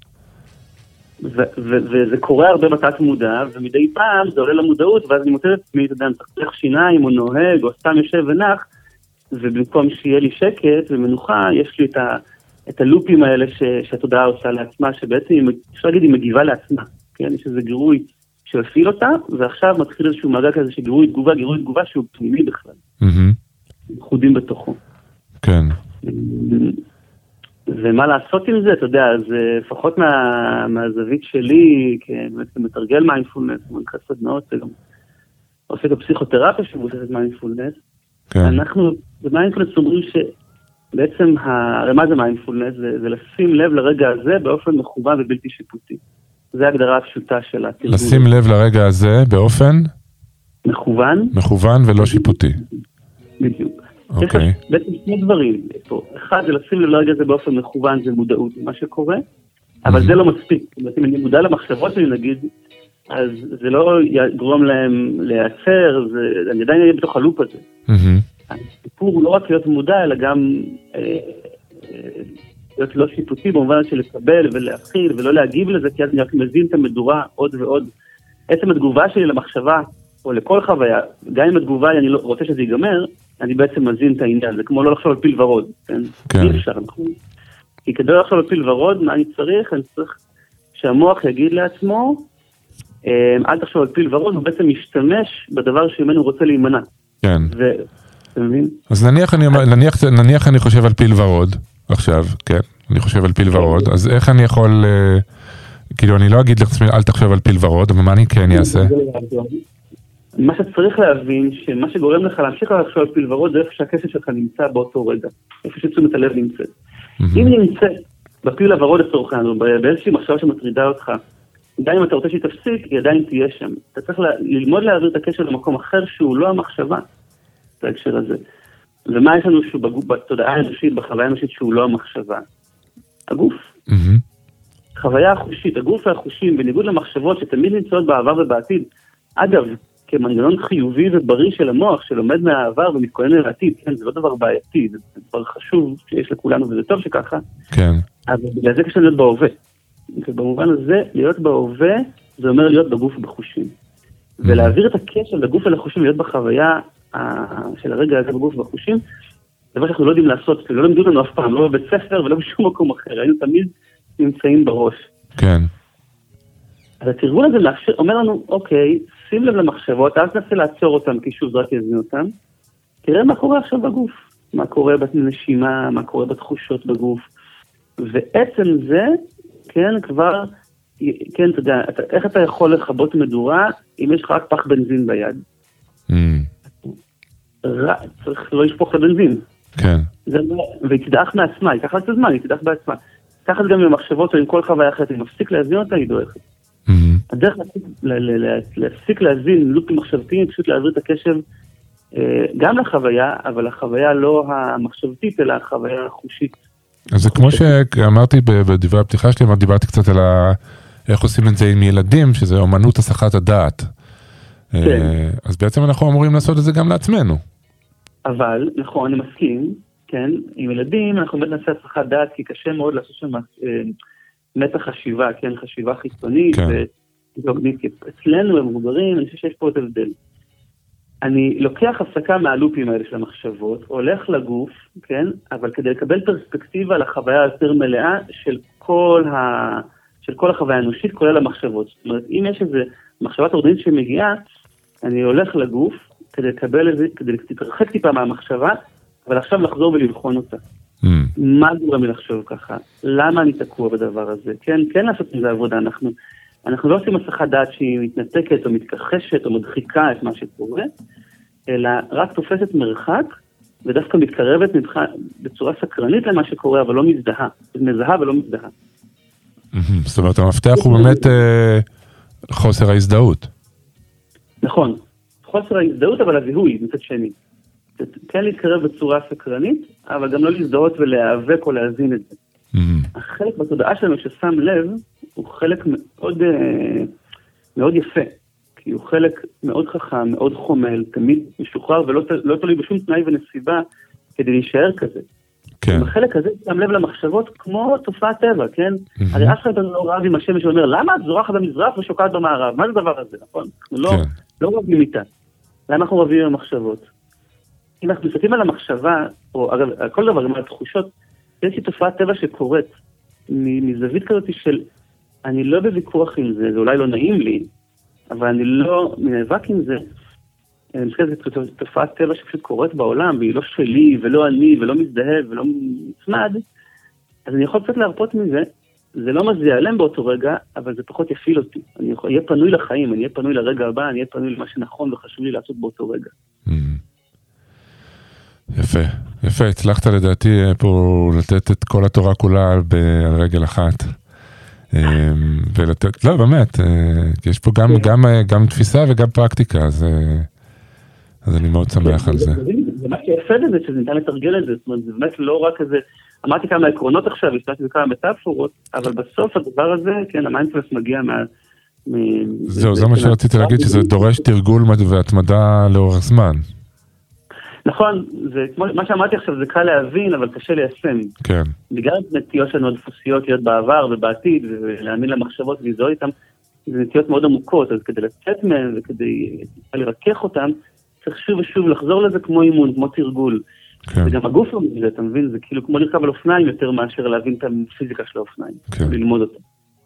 וזה קורה הרבה בתת מודע, ומדי פעם זה עולה למודעות, ואז אני מוצא את עצמי, אתה יודע, אני צריך שיניים או נוהג, או סתם יושב ונח, ובמקום שיהיה לי שקט ומנוחה, יש לי את, ה, את הלופים האלה ש, שהתודעה עושה לעצמה, שבעצם, אפשר להגיד, היא מגיבה לעצמה. כן? יש איזה גירוי שהפעיל אותה, ועכשיו מתחיל איזשהו מעגל כזה שגירוי תגובה, גירוי תגובה שהוא פנימי בכלל. ייחודים בתוכו. כן. ומה לעשות עם זה, אתה יודע, אז לפחות מה, מהזווית שלי, כן, בעצם מתרגל מיינדפולנס, מנחה סדנאות, זה גם עושה את הפסיכותרפיה שמבוססת מיינדפולנס. כן. אנחנו במיינדפולנס אומרים שבעצם, הרי מה זה מיינדפולנס? זה, זה לשים לב לרגע הזה באופן מכוון ובלתי שיפוטי. זו ההגדרה הפשוטה של התרגול. לשים לב לרגע הזה באופן? מכוון. מכוון ולא שיפוטי. בדיוק. אוקיי. יש בעצם שני דברים פה. אחד זה לשים לב לרגע הזה באופן מכוון, זה מודעות למה שקורה, אבל זה לא מספיק. אם אני מודע למחשבות שלי נגיד, אז זה לא יגרום להם להיעצר, אני עדיין אהיה בתוך הלופ הזה. הסיפור הוא לא רק להיות מודע, אלא גם להיות לא שיפוטי, במובן של לקבל ולהכיל ולא להגיב לזה, כי אז אני רק מזין את המדורה עוד ועוד. עצם התגובה שלי למחשבה, או לכל חוויה, גם אם התגובה אני לא רוצה שזה ייגמר, אני בעצם מזין את העניין, זה כמו לא לחשוב על פיל ורוד, כן? אי אפשר, נכון? כי כדי לא לחשוב על פיל ורוד, מה אני צריך? אני צריך שהמוח יגיד לעצמו, אל תחשוב על פיל ורוד, הוא בעצם משתמש בדבר שממנו רוצה להימנע. כן. אתה מבין? אז נניח אני, נניח, נניח אני חושב על פיל ורוד, עכשיו, כן? אני חושב על פיל ורוד, אז איך אני יכול, כאילו, אני לא אגיד לעצמי, אל תחשוב על פיל ורוד, אבל מה אני כן אעשה? מה שצריך להבין, שמה שגורם לך להמשיך לחשוב על פיל ורוד, זה איפה שהקשב שלך נמצא באותו רגע. איפה שתשומת הלב נמצאת. אם נמצא בפיל הוורוד לצורכן, או באיזושהי מחשבה שמטרידה אותך, גם אם אתה רוצה שהיא תפסיק, היא עדיין תהיה שם. אתה צריך ללמוד להעביר את הקשר למקום אחר שהוא לא המחשבה, בהקשר הזה. ומה יש לנו שהוא בתודעה האנושית, בחוויה האנושית שהוא לא המחשבה? הגוף. חוויה החושית, הגוף והחושים, בניגוד למחשבות שתמיד נמצאות בעבר ובעתיד, אגב, כמנגנון חיובי ובריא של המוח, שלומד מהעבר ומתכונן לעתיד, כן, זה לא דבר בעייתי, זה דבר חשוב שיש לכולנו, וזה טוב שככה, כן. אבל בגלל זה קשה להיות בהווה. ובמובן הזה, להיות בהווה, זה אומר להיות בגוף ובחושים. ולהעביר את הקשר לגוף ולחושים, להיות בחוויה של הרגע הזה בגוף ובחושים, זה דבר שאנחנו לא יודעים לעשות, כי לא למדו לנו אף פעם, לא בבית ספר ולא בשום מקום אחר, היינו תמיד נמצאים בראש. כן. אז התרגול הזה מאפשר, אומר לנו, אוקיי, שים לב למחשבות, אל תנסה לעצור אותם, כי שוב זה רק יזמין אותם, תראה מה קורה עכשיו בגוף, מה קורה בנשימה, מה קורה בתחושות בגוף, ועצם זה, כן, כבר, כן, אתה יודע, אתה, איך אתה יכול לכבות מדורה, אם יש לך רק פח בנזין ביד? Mm. רע, צריך לא לשפוך את הבנזין, כן. והיא תדעך מעצמה, היא ככה את הזמן, היא תדעך בעצמה. ככה גם עם המחשבות או עם כל חוויה אחרת, היא מפסיק להזין אותה, היא דועכת. הדרך להפסיק להזין לופים מחשבתיים, פשוט להעביר את הקשב גם לחוויה, אבל החוויה לא המחשבתית, אלא החוויה החושית. אז זה כמו שאמרתי בדברי הפתיחה שלי, אבל דיברתי קצת על איך עושים את זה עם ילדים, שזה אומנות הסחת הדעת. אז בעצם אנחנו אמורים לעשות את זה גם לעצמנו. אבל, נכון, אני מסכים, כן, עם ילדים אנחנו באמת נעשה הסחת דעת, כי קשה מאוד לעשות שם מתח חשיבה, כן, חשיבה חיצונית, אצלנו במבוגרים, אני חושב שיש פה את הבדל. אני לוקח הפסקה מהלופים האלה של המחשבות, הולך לגוף, כן, אבל כדי לקבל פרספקטיבה לחוויה יותר מלאה של כל, ה... של כל החוויה האנושית, כולל המחשבות. זאת אומרת, אם יש איזו מחשבת אורדינית שמגיעה, אני הולך לגוף כדי לקבל איזה, כדי להתרחק טיפה מהמחשבה, אבל עכשיו לחזור ולבחון אותה. Mm. מה גורם לי לחשוב ככה? למה אני תקוע בדבר הזה? כן, כן לעשות מזה עבודה, אנחנו, אנחנו לא עושים הסחת דעת שהיא מתנתקת או מתכחשת או מדחיקה את מה שקורה, אלא רק תופסת מרחק, ודווקא מתקרבת מבח... בצורה סקרנית למה שקורה, אבל לא מזדהה. מזהה ולא מזדהה. זאת אומרת, המפתח הוא באמת חוסר ההזדהות. נכון. חוסר ההזדהות, אבל הזיהוי, מצד שני. כן להתקרב בצורה סקרנית, אבל גם לא להזדהות ולהיאבק או להזין את זה. החלק בתודעה שלנו ששם לב, הוא חלק מאוד, מאוד יפה. כי הוא חלק מאוד חכם, מאוד חומל, תמיד משוחרר ולא לא תלוי בשום תנאי ונסיבה כדי להישאר כזה. כן. החלק הזה שם לב למחשבות כמו תופעת טבע, כן? Mm-hmm. הרי אף אחד לא רב עם השמש ואומר, למה את זורחת במזרח ושוקעת במערב? מה זה הדבר הזה, נכון? אנחנו לא, כן. לא רבים איתה. למה אנחנו רבים עם המחשבות? אם אנחנו מסתכלים על המחשבה, או אגב, על כל דבר, עם התחושות, יש לי תופעת טבע שקורית, מזווית כזאת של, אני לא בוויכוח עם זה, זה אולי לא נעים לי, אבל אני לא נאבק עם זה, אני חושב שזו תופעת טבע שפשוט קורית בעולם, והיא לא שלי, ולא אני, ולא מזדהה, ולא מצמד, אז אני יכול קצת להרפות מזה, זה לא מה זה ייעלם באותו רגע, אבל זה פחות יפיל אותי. אני אהיה פנוי לחיים, אני אהיה פנוי לרגע הבא, אני אהיה פנוי למה שנכון וחשוב לי לעשות באותו רגע. יפה, יפה, הצלחת לדעתי פה לתת את כל התורה כולה על רגל אחת. ולתת, לא, באמת, יש פה גם, גם, גם תפיסה וגם פרקטיקה, אז, אז אני מאוד שמח על זה. זה מה שיפה לזה, שזה ניתן לתרגל את זה, זאת אומרת, זה באמת לא רק איזה, אמרתי כמה עקרונות עכשיו, השתמשתי בכמה מטאפורות, אבל בסוף הדבר הזה, כן, המיינדפלנס מגיע מה... זהו, זה מה שרציתי להגיד, שזה דורש תרגול והתמדה לאורך זמן. נכון, זה, כמו, מה שאמרתי עכשיו זה קל להבין, אבל קשה ליישם. כן. בגלל נטיות שלנו הדפוסיות להיות בעבר ובעתיד, ולהאמין למחשבות ולזהות איתם, זה נטיות מאוד עמוקות, אז כדי לצאת מהן וכדי לרכך אותם, צריך שוב ושוב לחזור לזה כמו אימון, כמו תרגול. כן. וגם הגוף לא מזה, אתה מבין? זה כאילו כמו לרכב על אופניים יותר מאשר להבין את הפיזיקה של האופניים. כן. ללמוד אותם.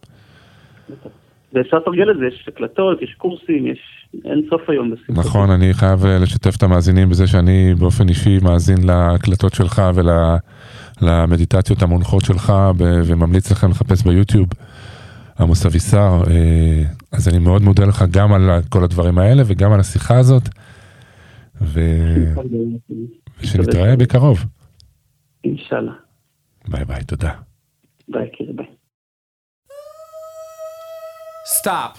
ואפשר תרגל את זה, יש הקלטות, יש קורסים, יש אין סוף היום בסיפור. נכון, אני חייב לשתף את המאזינים בזה שאני באופן אישי מאזין להקלטות שלך ולמדיטציות המונחות שלך, וממליץ לכם לחפש ביוטיוב עמוס אבישר. אז אני מאוד מודה לך גם על כל הדברים האלה וגם על השיחה הזאת, ושנתראה בקרוב. אינשאללה. ביי ביי, תודה. ביי, קירי, ביי. Stop.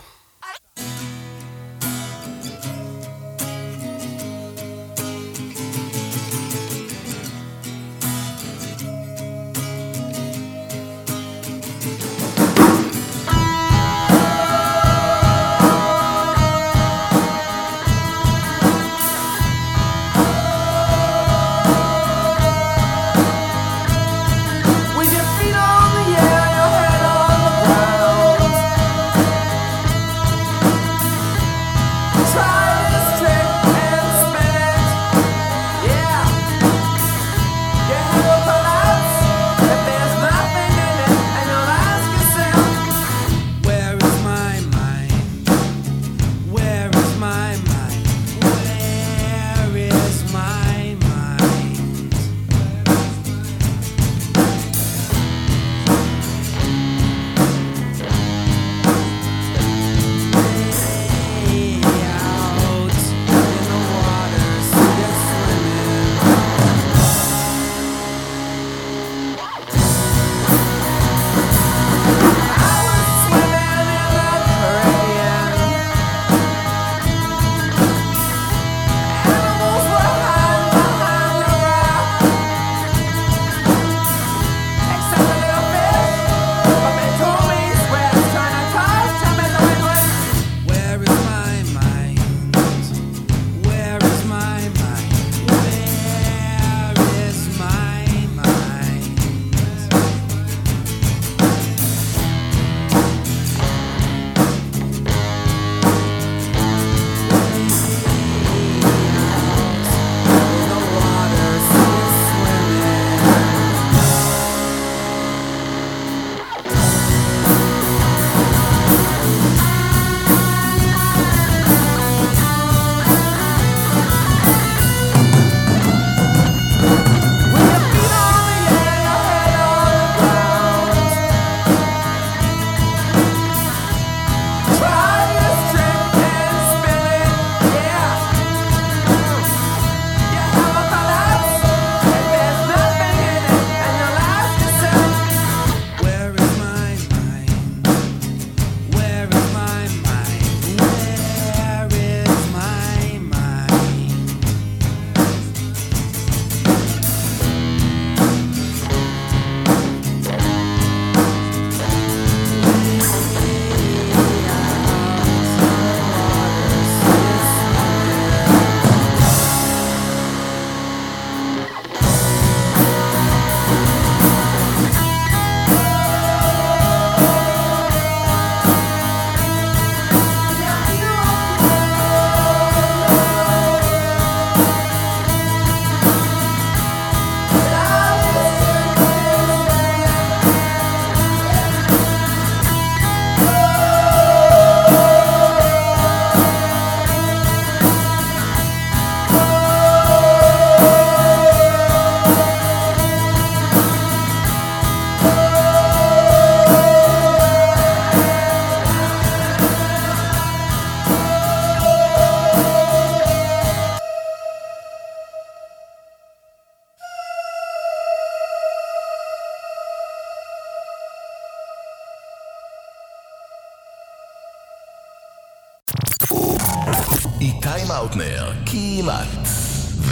איתי מאוטנר, כמעט. ו...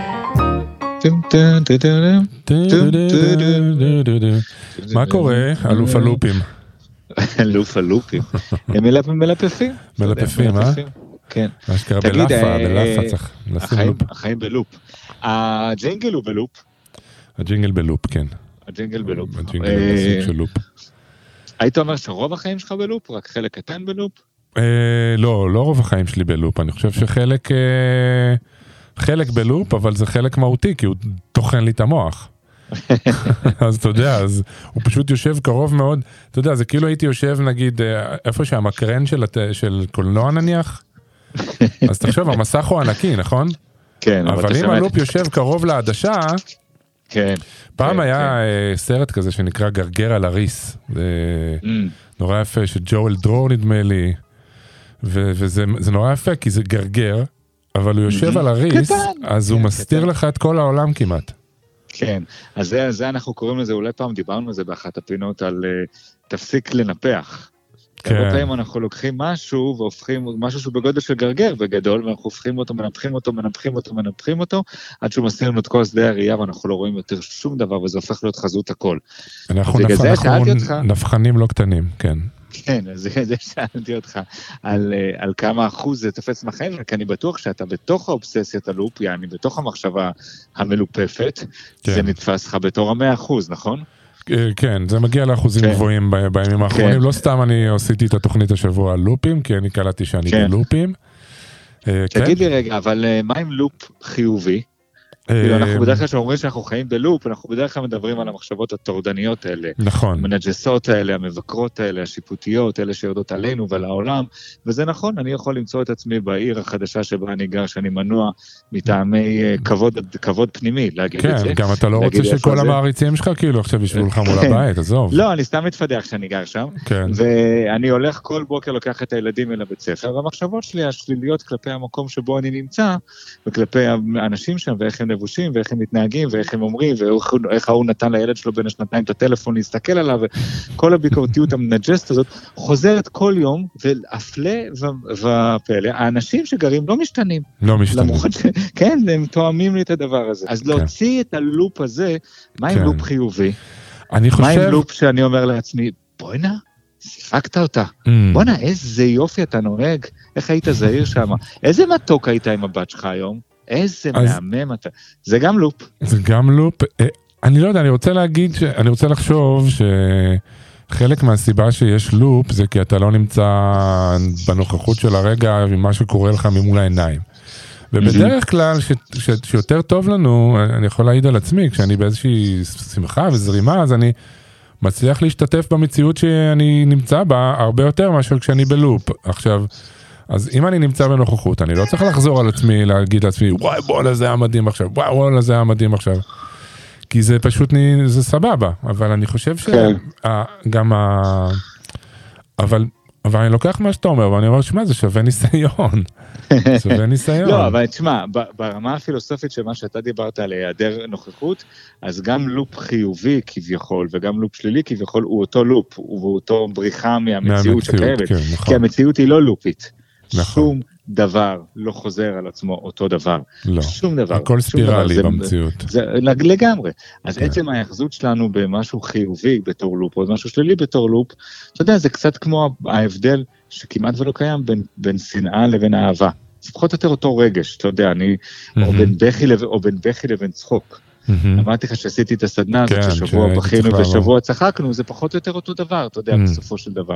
מה קורה? אלוף הלופים. אלוף הלופים. הם מלפפים. מלפפים, אה? כן. מה שקרה בלאפה, בלאפה צריך לשים לופ. החיים בלופ. הג'ינגל הוא בלופ. הג'ינגל בלופ, כן. הג'ינגל בלופ. הג'ינגל בסוג של לופ. היית אומר שרוב החיים שלך בלופ? רק חלק קטן בלופ? לא, לא רוב החיים שלי בלופ. אני חושב שחלק חלק בלופ, אבל זה חלק מהותי, כי הוא תוכן לי את המוח. אז אתה יודע, אז הוא פשוט יושב קרוב מאוד, אתה יודע, זה כאילו הייתי יושב נגיד איפה שהמקרן של, של קולנוע נניח, אז תחשוב, המסך הוא ענקי, נכון? כן. אבל אם הלופ יושב קרוב לעדשה, כן. פעם כן, היה כן. סרט כזה שנקרא גרגר על הריס, mm. נורא יפה, שג'ואל דרור נדמה לי, ו- וזה זה נורא יפה, כי זה גרגר, אבל הוא יושב mm-hmm. על הריס, קטן. אז כן, הוא מסתיר קטן. לך את כל העולם כמעט. כן, אז זה, זה אנחנו קוראים לזה, אולי פעם דיברנו על זה באחת הפינות, על uh, תפסיק לנפח. כן. הרבה פעמים אנחנו לוקחים משהו, והופכים משהו שהוא בגודל של גרגר בגדול, ואנחנו הופכים אותו, מנפחים אותו, מנפחים אותו, מנפחים אותו, עד שהוא מסתיר לנו את כל שדה הראייה, ואנחנו לא רואים יותר שום דבר, וזה הופך להיות חזות הכל. אנחנו, נפ... אנחנו אותך... נפחנים לא קטנים, כן. כן, אז זה שאלתי אותך על, על כמה אחוז זה תופס מהחיים, כי אני בטוח שאתה בתוך האובססיית הלופ, יעני בתוך המחשבה המלופפת, כן. זה נתפס לך בתור המאה אחוז, נכון? כן, זה מגיע לאחוזים כן. גבוהים בימים האחרונים, כן. לא סתם אני עשיתי את התוכנית השבוע על לופים, כי אני קלטתי שאני כן. בלופים. תגיד כן. לי רגע, אבל מה עם לופ חיובי? אנחנו בדרך כלל שאומרים שאנחנו חיים בלופ, אנחנו בדרך כלל מדברים על המחשבות הטורדניות האלה. נכון. המנג'סות האלה, המבקרות האלה, השיפוטיות, אלה שיורדות עלינו ועל העולם, וזה נכון, אני יכול למצוא את עצמי בעיר החדשה שבה אני גר, שאני מנוע מטעמי כבוד, כבוד פנימי, להגיד כן, את זה. כן, גם אתה לא רוצה שכל המעריצים שלך כאילו עכשיו ישבו לך מול הבית, עזוב. לא, אני סתם מתפדח שאני גר שם, כן. ואני הולך כל בוקר לוקח את הילדים אל הבית ספר, והמחשבות שלי השליליות כלפי המקום שבו אני נמצא, וכלפי האנשים שם, ואיך הם לבושים, ואיך הם מתנהגים, ואיך הם אומרים, ואיך הוא נתן לילד שלו בין השנתיים את הטלפון להסתכל עליו, וכל הביקורתיות המנג'סט הזאת, חוזרת כל יום, והפלא ופלא, האנשים שגרים לא משתנים. לא משתנים. למרות ש... כן, הם תואמים לי את הדבר הזה. אז כן. להוציא את הלופ הזה, מה כן. עם לופ חיובי? אני חושב... מה עם לופ שאני אומר לעצמי, בואי נע, שיחקת אותה. Mm. בוא נע, איזה יופי אתה נוהג, איך היית זהיר שם, איזה מתוק היית עם הבת שלך היום? איזה אז... מהמם אתה, זה גם לופ. זה גם לופ, אני לא יודע, אני רוצה להגיד, ש... אני רוצה לחשוב שחלק מהסיבה שיש לופ, זה כי אתה לא נמצא בנוכחות של הרגע, ומה שקורה לך ממול העיניים. ובדרך כלל, ש... ש... שיותר טוב לנו, אני יכול להעיד על עצמי, כשאני באיזושהי שמחה וזרימה, אז אני מצליח להשתתף במציאות שאני נמצא בה, הרבה יותר מאשר כשאני בלופ. עכשיו, אז אם אני נמצא בנוכחות, אני לא צריך לחזור על עצמי, להגיד לעצמי, וואי, בואלה, זה היה מדהים עכשיו, וואי, וואלה, זה היה מדהים עכשיו. כי זה פשוט, זה סבבה, אבל אני חושב שגם ה... אבל... אבל אני לוקח מה שאתה אומר, ואני אומר, שמה, זה שווה ניסיון. שווה ניסיון. לא, אבל תשמע, ברמה הפילוסופית של מה שאתה דיברת על היעדר נוכחות, אז גם לופ חיובי כביכול, וגם לופ שלילי כביכול, הוא אותו לופ, הוא אותו בריחה מהמציאות שקיימת. כי המציאות היא לא לופית. שום דבר לא חוזר על עצמו אותו דבר. לא. שום דבר. הכל ספירלי במציאות. זה לגמרי. אז עצם ההחזות שלנו במשהו חיובי בתור לופ, או משהו שלילי בתור לופ, אתה יודע, זה קצת כמו ההבדל שכמעט ולא קיים בין, בין שנאה לבין אהבה. זה פחות או יותר אותו רגש, אתה יודע, אני, או בין בכי לבין, או בין בכי לבין צחוק. אמרתי לך שעשיתי את הסדנה הזאת, ששבוע בכינו ושבוע צחקנו, זה פחות או יותר אותו דבר, אתה יודע, בסופו של דבר.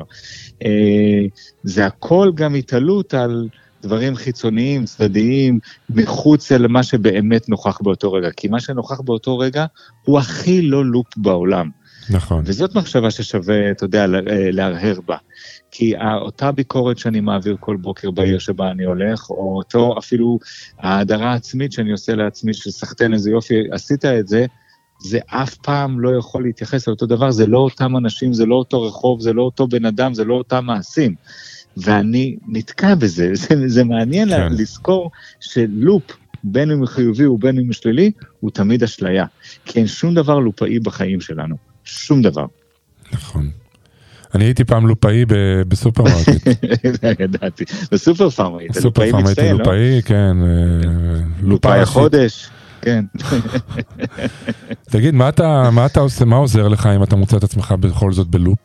זה הכל גם התעלות על דברים חיצוניים, צדדיים, מחוץ למה שבאמת נוכח באותו רגע, כי מה שנוכח באותו רגע, הוא הכי לא לופ בעולם. נכון. וזאת מחשבה ששווה, אתה יודע, להרהר בה. כי אותה ביקורת שאני מעביר כל בוקר בעיר שבה אני הולך, או אותו אפילו ההדרה העצמית שאני עושה לעצמי, שסחטן איזה יופי, עשית את זה, זה אף פעם לא יכול להתייחס לאותו דבר, זה לא אותם אנשים, זה לא אותו רחוב, זה לא אותו בן אדם, זה לא אותם מעשים. ואני נתקע בזה, זה, זה מעניין כן. לזכור שלופ, בין אם הוא חיובי ובין אם הוא שלילי, הוא תמיד אשליה. כי אין שום דבר לופאי בחיים שלנו. שום דבר. נכון. אני הייתי פעם לופאי בסופרמרקט. ידעתי, בסופר פארם. בסופר פארם הייתי לופאי, כן. לופאי החודש, כן. תגיד, מה אתה עושה, מה עוזר לך אם אתה מוצא את עצמך בכל זאת בלופ?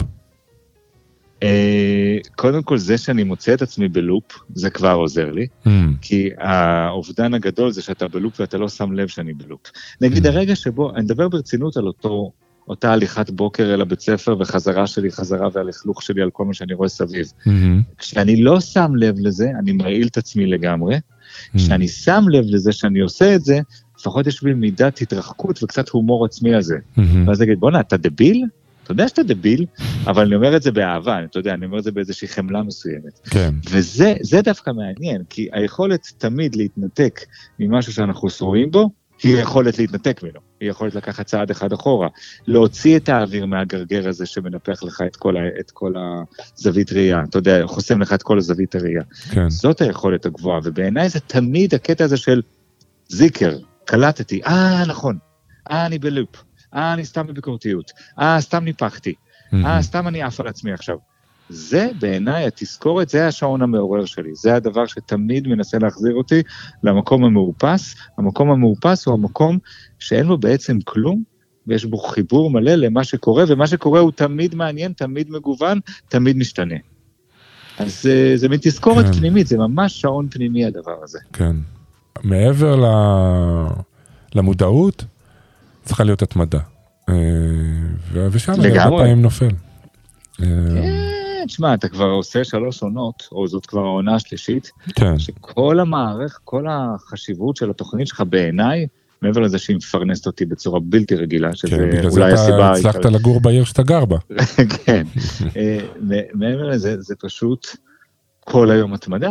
קודם כל זה שאני מוצא את עצמי בלופ, זה כבר עוזר לי, כי האובדן הגדול זה שאתה בלופ ואתה לא שם לב שאני בלופ. נגיד הרגע שבו, אני מדבר ברצינות על אותו, אותה הליכת בוקר אל הבית ספר וחזרה שלי, חזרה והלכלוך שלי על כל מה שאני רואה סביב. כשאני לא שם לב לזה, אני מעיל את עצמי לגמרי. כשאני שם לב לזה שאני עושה את זה, לפחות יש בי מידת התרחקות וקצת הומור עצמי על זה. ואז נגיד, בוא נה, אתה דביל? אתה יודע שאתה דביל, אבל אני אומר את זה באהבה, אתה יודע, אני אומר את זה באיזושהי חמלה מסוימת. כן. וזה, זה דווקא מעניין, כי היכולת תמיד להתנתק ממשהו שאנחנו שרואים בו, היא יכולת להתנתק ממנו, היא יכולת לקחת צעד אחד אחורה, להוציא את האוויר מהגרגר הזה שמנפח לך את כל, ה, את כל הזווית ראייה, אתה יודע, חוסם לך את כל הזווית הראייה. כן. זאת היכולת הגבוהה, ובעיניי זה תמיד הקטע הזה של זיקר, קלטתי, אה, נכון, אה, אני בלופ. אה, אני סתם בביקורתיות, אה, סתם ניפחתי, אה, סתם אני עף על עצמי עכשיו. זה בעיניי, התזכורת, זה השעון המעורר שלי, זה הדבר שתמיד מנסה להחזיר אותי למקום המאופס. המקום המאופס הוא המקום שאין בו בעצם כלום, ויש בו חיבור מלא למה שקורה, ומה שקורה הוא תמיד מעניין, תמיד מגוון, תמיד משתנה. אז זה, זה מין תזכורת כן. פנימית, זה ממש שעון פנימי הדבר הזה. כן. מעבר ל... למודעות, צריכה להיות התמדה. ושם הרבה פעמים נופל. כן, תשמע, אתה כבר עושה שלוש עונות, או זאת כבר העונה השלישית, כן. שכל המערך, כל החשיבות של התוכנית שלך בעיניי, מעבר לזה שהיא מפרנסת אותי בצורה בלתי רגילה, שזה אולי הסיבה... בגלל זה אתה הצלחת לגור בעיר שאתה גר בה. כן. מעבר לזה, זה פשוט כל היום התמדה.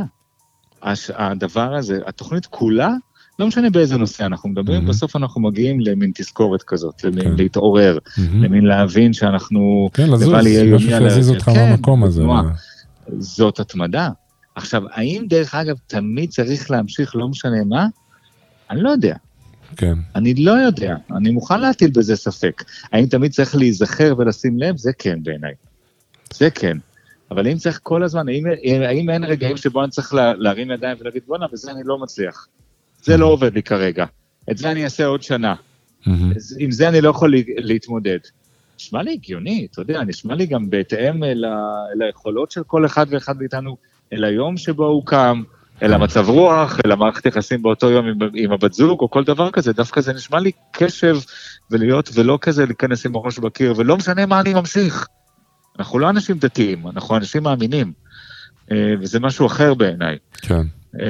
הדבר הזה, התוכנית כולה, לא משנה באיזה נושא אנחנו מדברים, mm-hmm. בסוף אנחנו מגיעים למין תזכורת כזאת, למין כן. להתעורר, mm-hmm. למין להבין שאנחנו... כן, לזוז, משהו שיזיז אותך כן, מהמקום הזה. זאת התמדה. עכשיו, האם דרך אגב תמיד צריך להמשיך לא משנה מה? אני לא יודע. כן. אני לא יודע, אני מוכן להטיל בזה ספק. האם תמיד צריך להיזכר ולשים לב? זה כן בעיניי. זה כן. אבל אם צריך כל הזמן, האם, האם אין רגעים שבו אני צריך לה, להרים ידיים ולהגיד, בוא נה, וזה אני לא מצליח. זה לא עובד לי כרגע. את זה אני אעשה עוד שנה. עם זה אני לא יכול להתמודד. נשמע לי הגיוני, אתה יודע, נשמע לי גם בהתאם אל היכולות של כל אחד ואחד מאיתנו, אל היום שבו הוא קם, אל המצב רוח, אל המערכת יחסים באותו יום עם, עם הבת זוג, או כל דבר כזה, דווקא זה נשמע לי קשב ולהיות, ולא כזה להיכנס עם הראש בקיר, ולא משנה מה אני ממשיך. אנחנו לא אנשים דתיים, אנחנו אנשים מאמינים, וזה משהו אחר בעיניי. כן.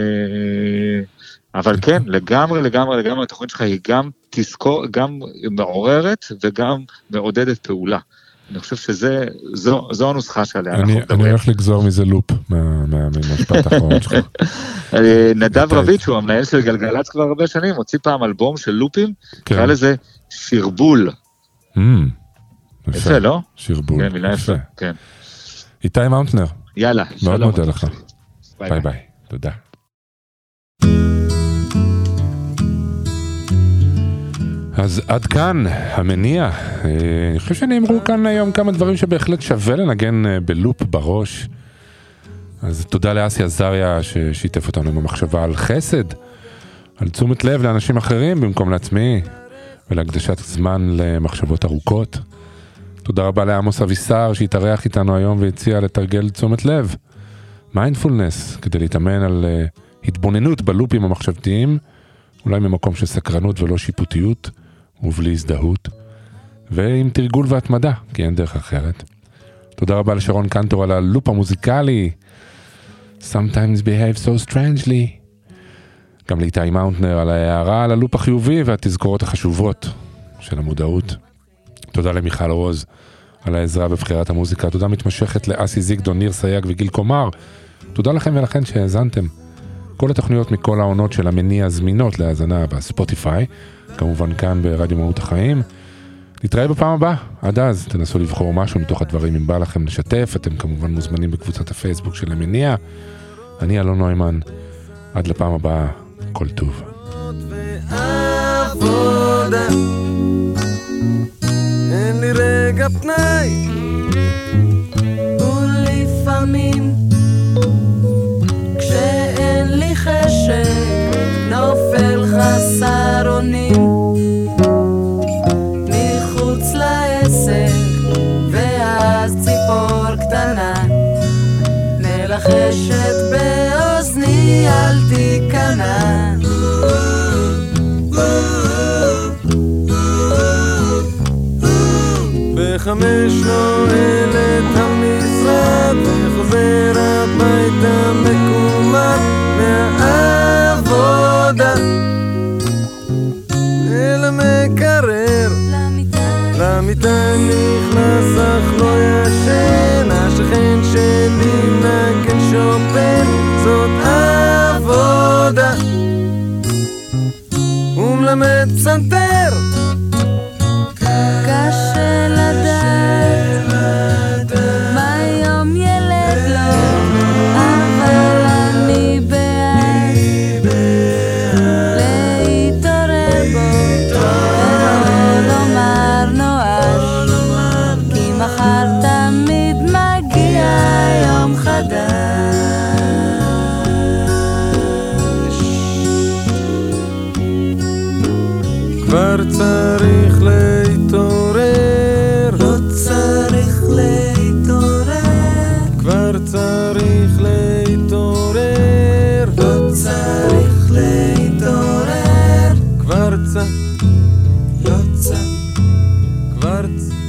אבל כן, לגמרי, לגמרי, לגמרי, התוכנית שלך היא גם תזכור, גם מעוררת וגם מעודדת פעולה. אני חושב שזה, זו, זו הנוסחה שעליה אנחנו מדברים. אני הולך לגזור מזה לופ מהמשפט האחרון שלך. נדב רביץ' הוא המנהל של גלגלצ כבר הרבה שנים, הוציא פעם אלבום של לופים, קרא לזה שרבול. יפה, לא? שרבול. כן, מילה יפה, כן. איתי מאונטנר. יאללה. מאוד מודה לך. ביי ביי. תודה. אז עד כאן המניע. אני חושב שנאמרו כאן היום כמה דברים שבהחלט שווה לנגן בלופ בראש. אז תודה לאסי עזריה ששיתף אותנו עם המחשבה על חסד, על תשומת לב לאנשים אחרים במקום לעצמי, ולהקדשת זמן למחשבות ארוכות. תודה רבה לעמוס אבישר שהתארח איתנו היום והציע לתרגל תשומת לב, מיינדפולנס, כדי להתאמן על התבוננות בלופים המחשבתיים, אולי ממקום של סקרנות ולא שיפוטיות, ובלי הזדהות, ועם תרגול והתמדה, כי אין דרך אחרת. תודה רבה לשרון קנטור על הלופ המוזיקלי, Sometimes Behave So Strangely. גם לאיתי מאונטנר על ההערה על הלופ החיובי והתזכורות החשובות של המודעות. תודה למיכל רוז על העזרה בבחירת המוזיקה. תודה מתמשכת לאסי זיגדון, ניר סייג וגיל קומר. תודה לכם ולכן שהאזנתם. כל התוכניות מכל העונות של המניע זמינות להאזנה בספוטיפיי, כמובן כאן ברדיו מהות החיים. נתראה בפעם הבאה. עד אז תנסו לבחור משהו מתוך הדברים אם בא לכם לשתף. אתם כמובן מוזמנים בקבוצת הפייסבוק של המניע. אני אלון נוימן. עד לפעם הבאה. כל טוב. אין לי רגע פנאי אל תיכנע. בחמש נועל את המשרד וחוזר הביתה מקומר מהעבודה אל המקרר למיטה נכנס אך לא ישן, השכן שלי נגן שופן, זאת עבודה. הוא מלמד פסנתר, קשה לדעת מה יום ילד לו, אבל אני בעד להתעורר בו ולא לומר נואש, כי מחר תמיד מגיע יום חדש. כבר צריך להתעורר, לא צריך להתעורר, כבר צריך להתעורר, לא צריך להתעורר, כבר צריך, לא צריך, כבר צריך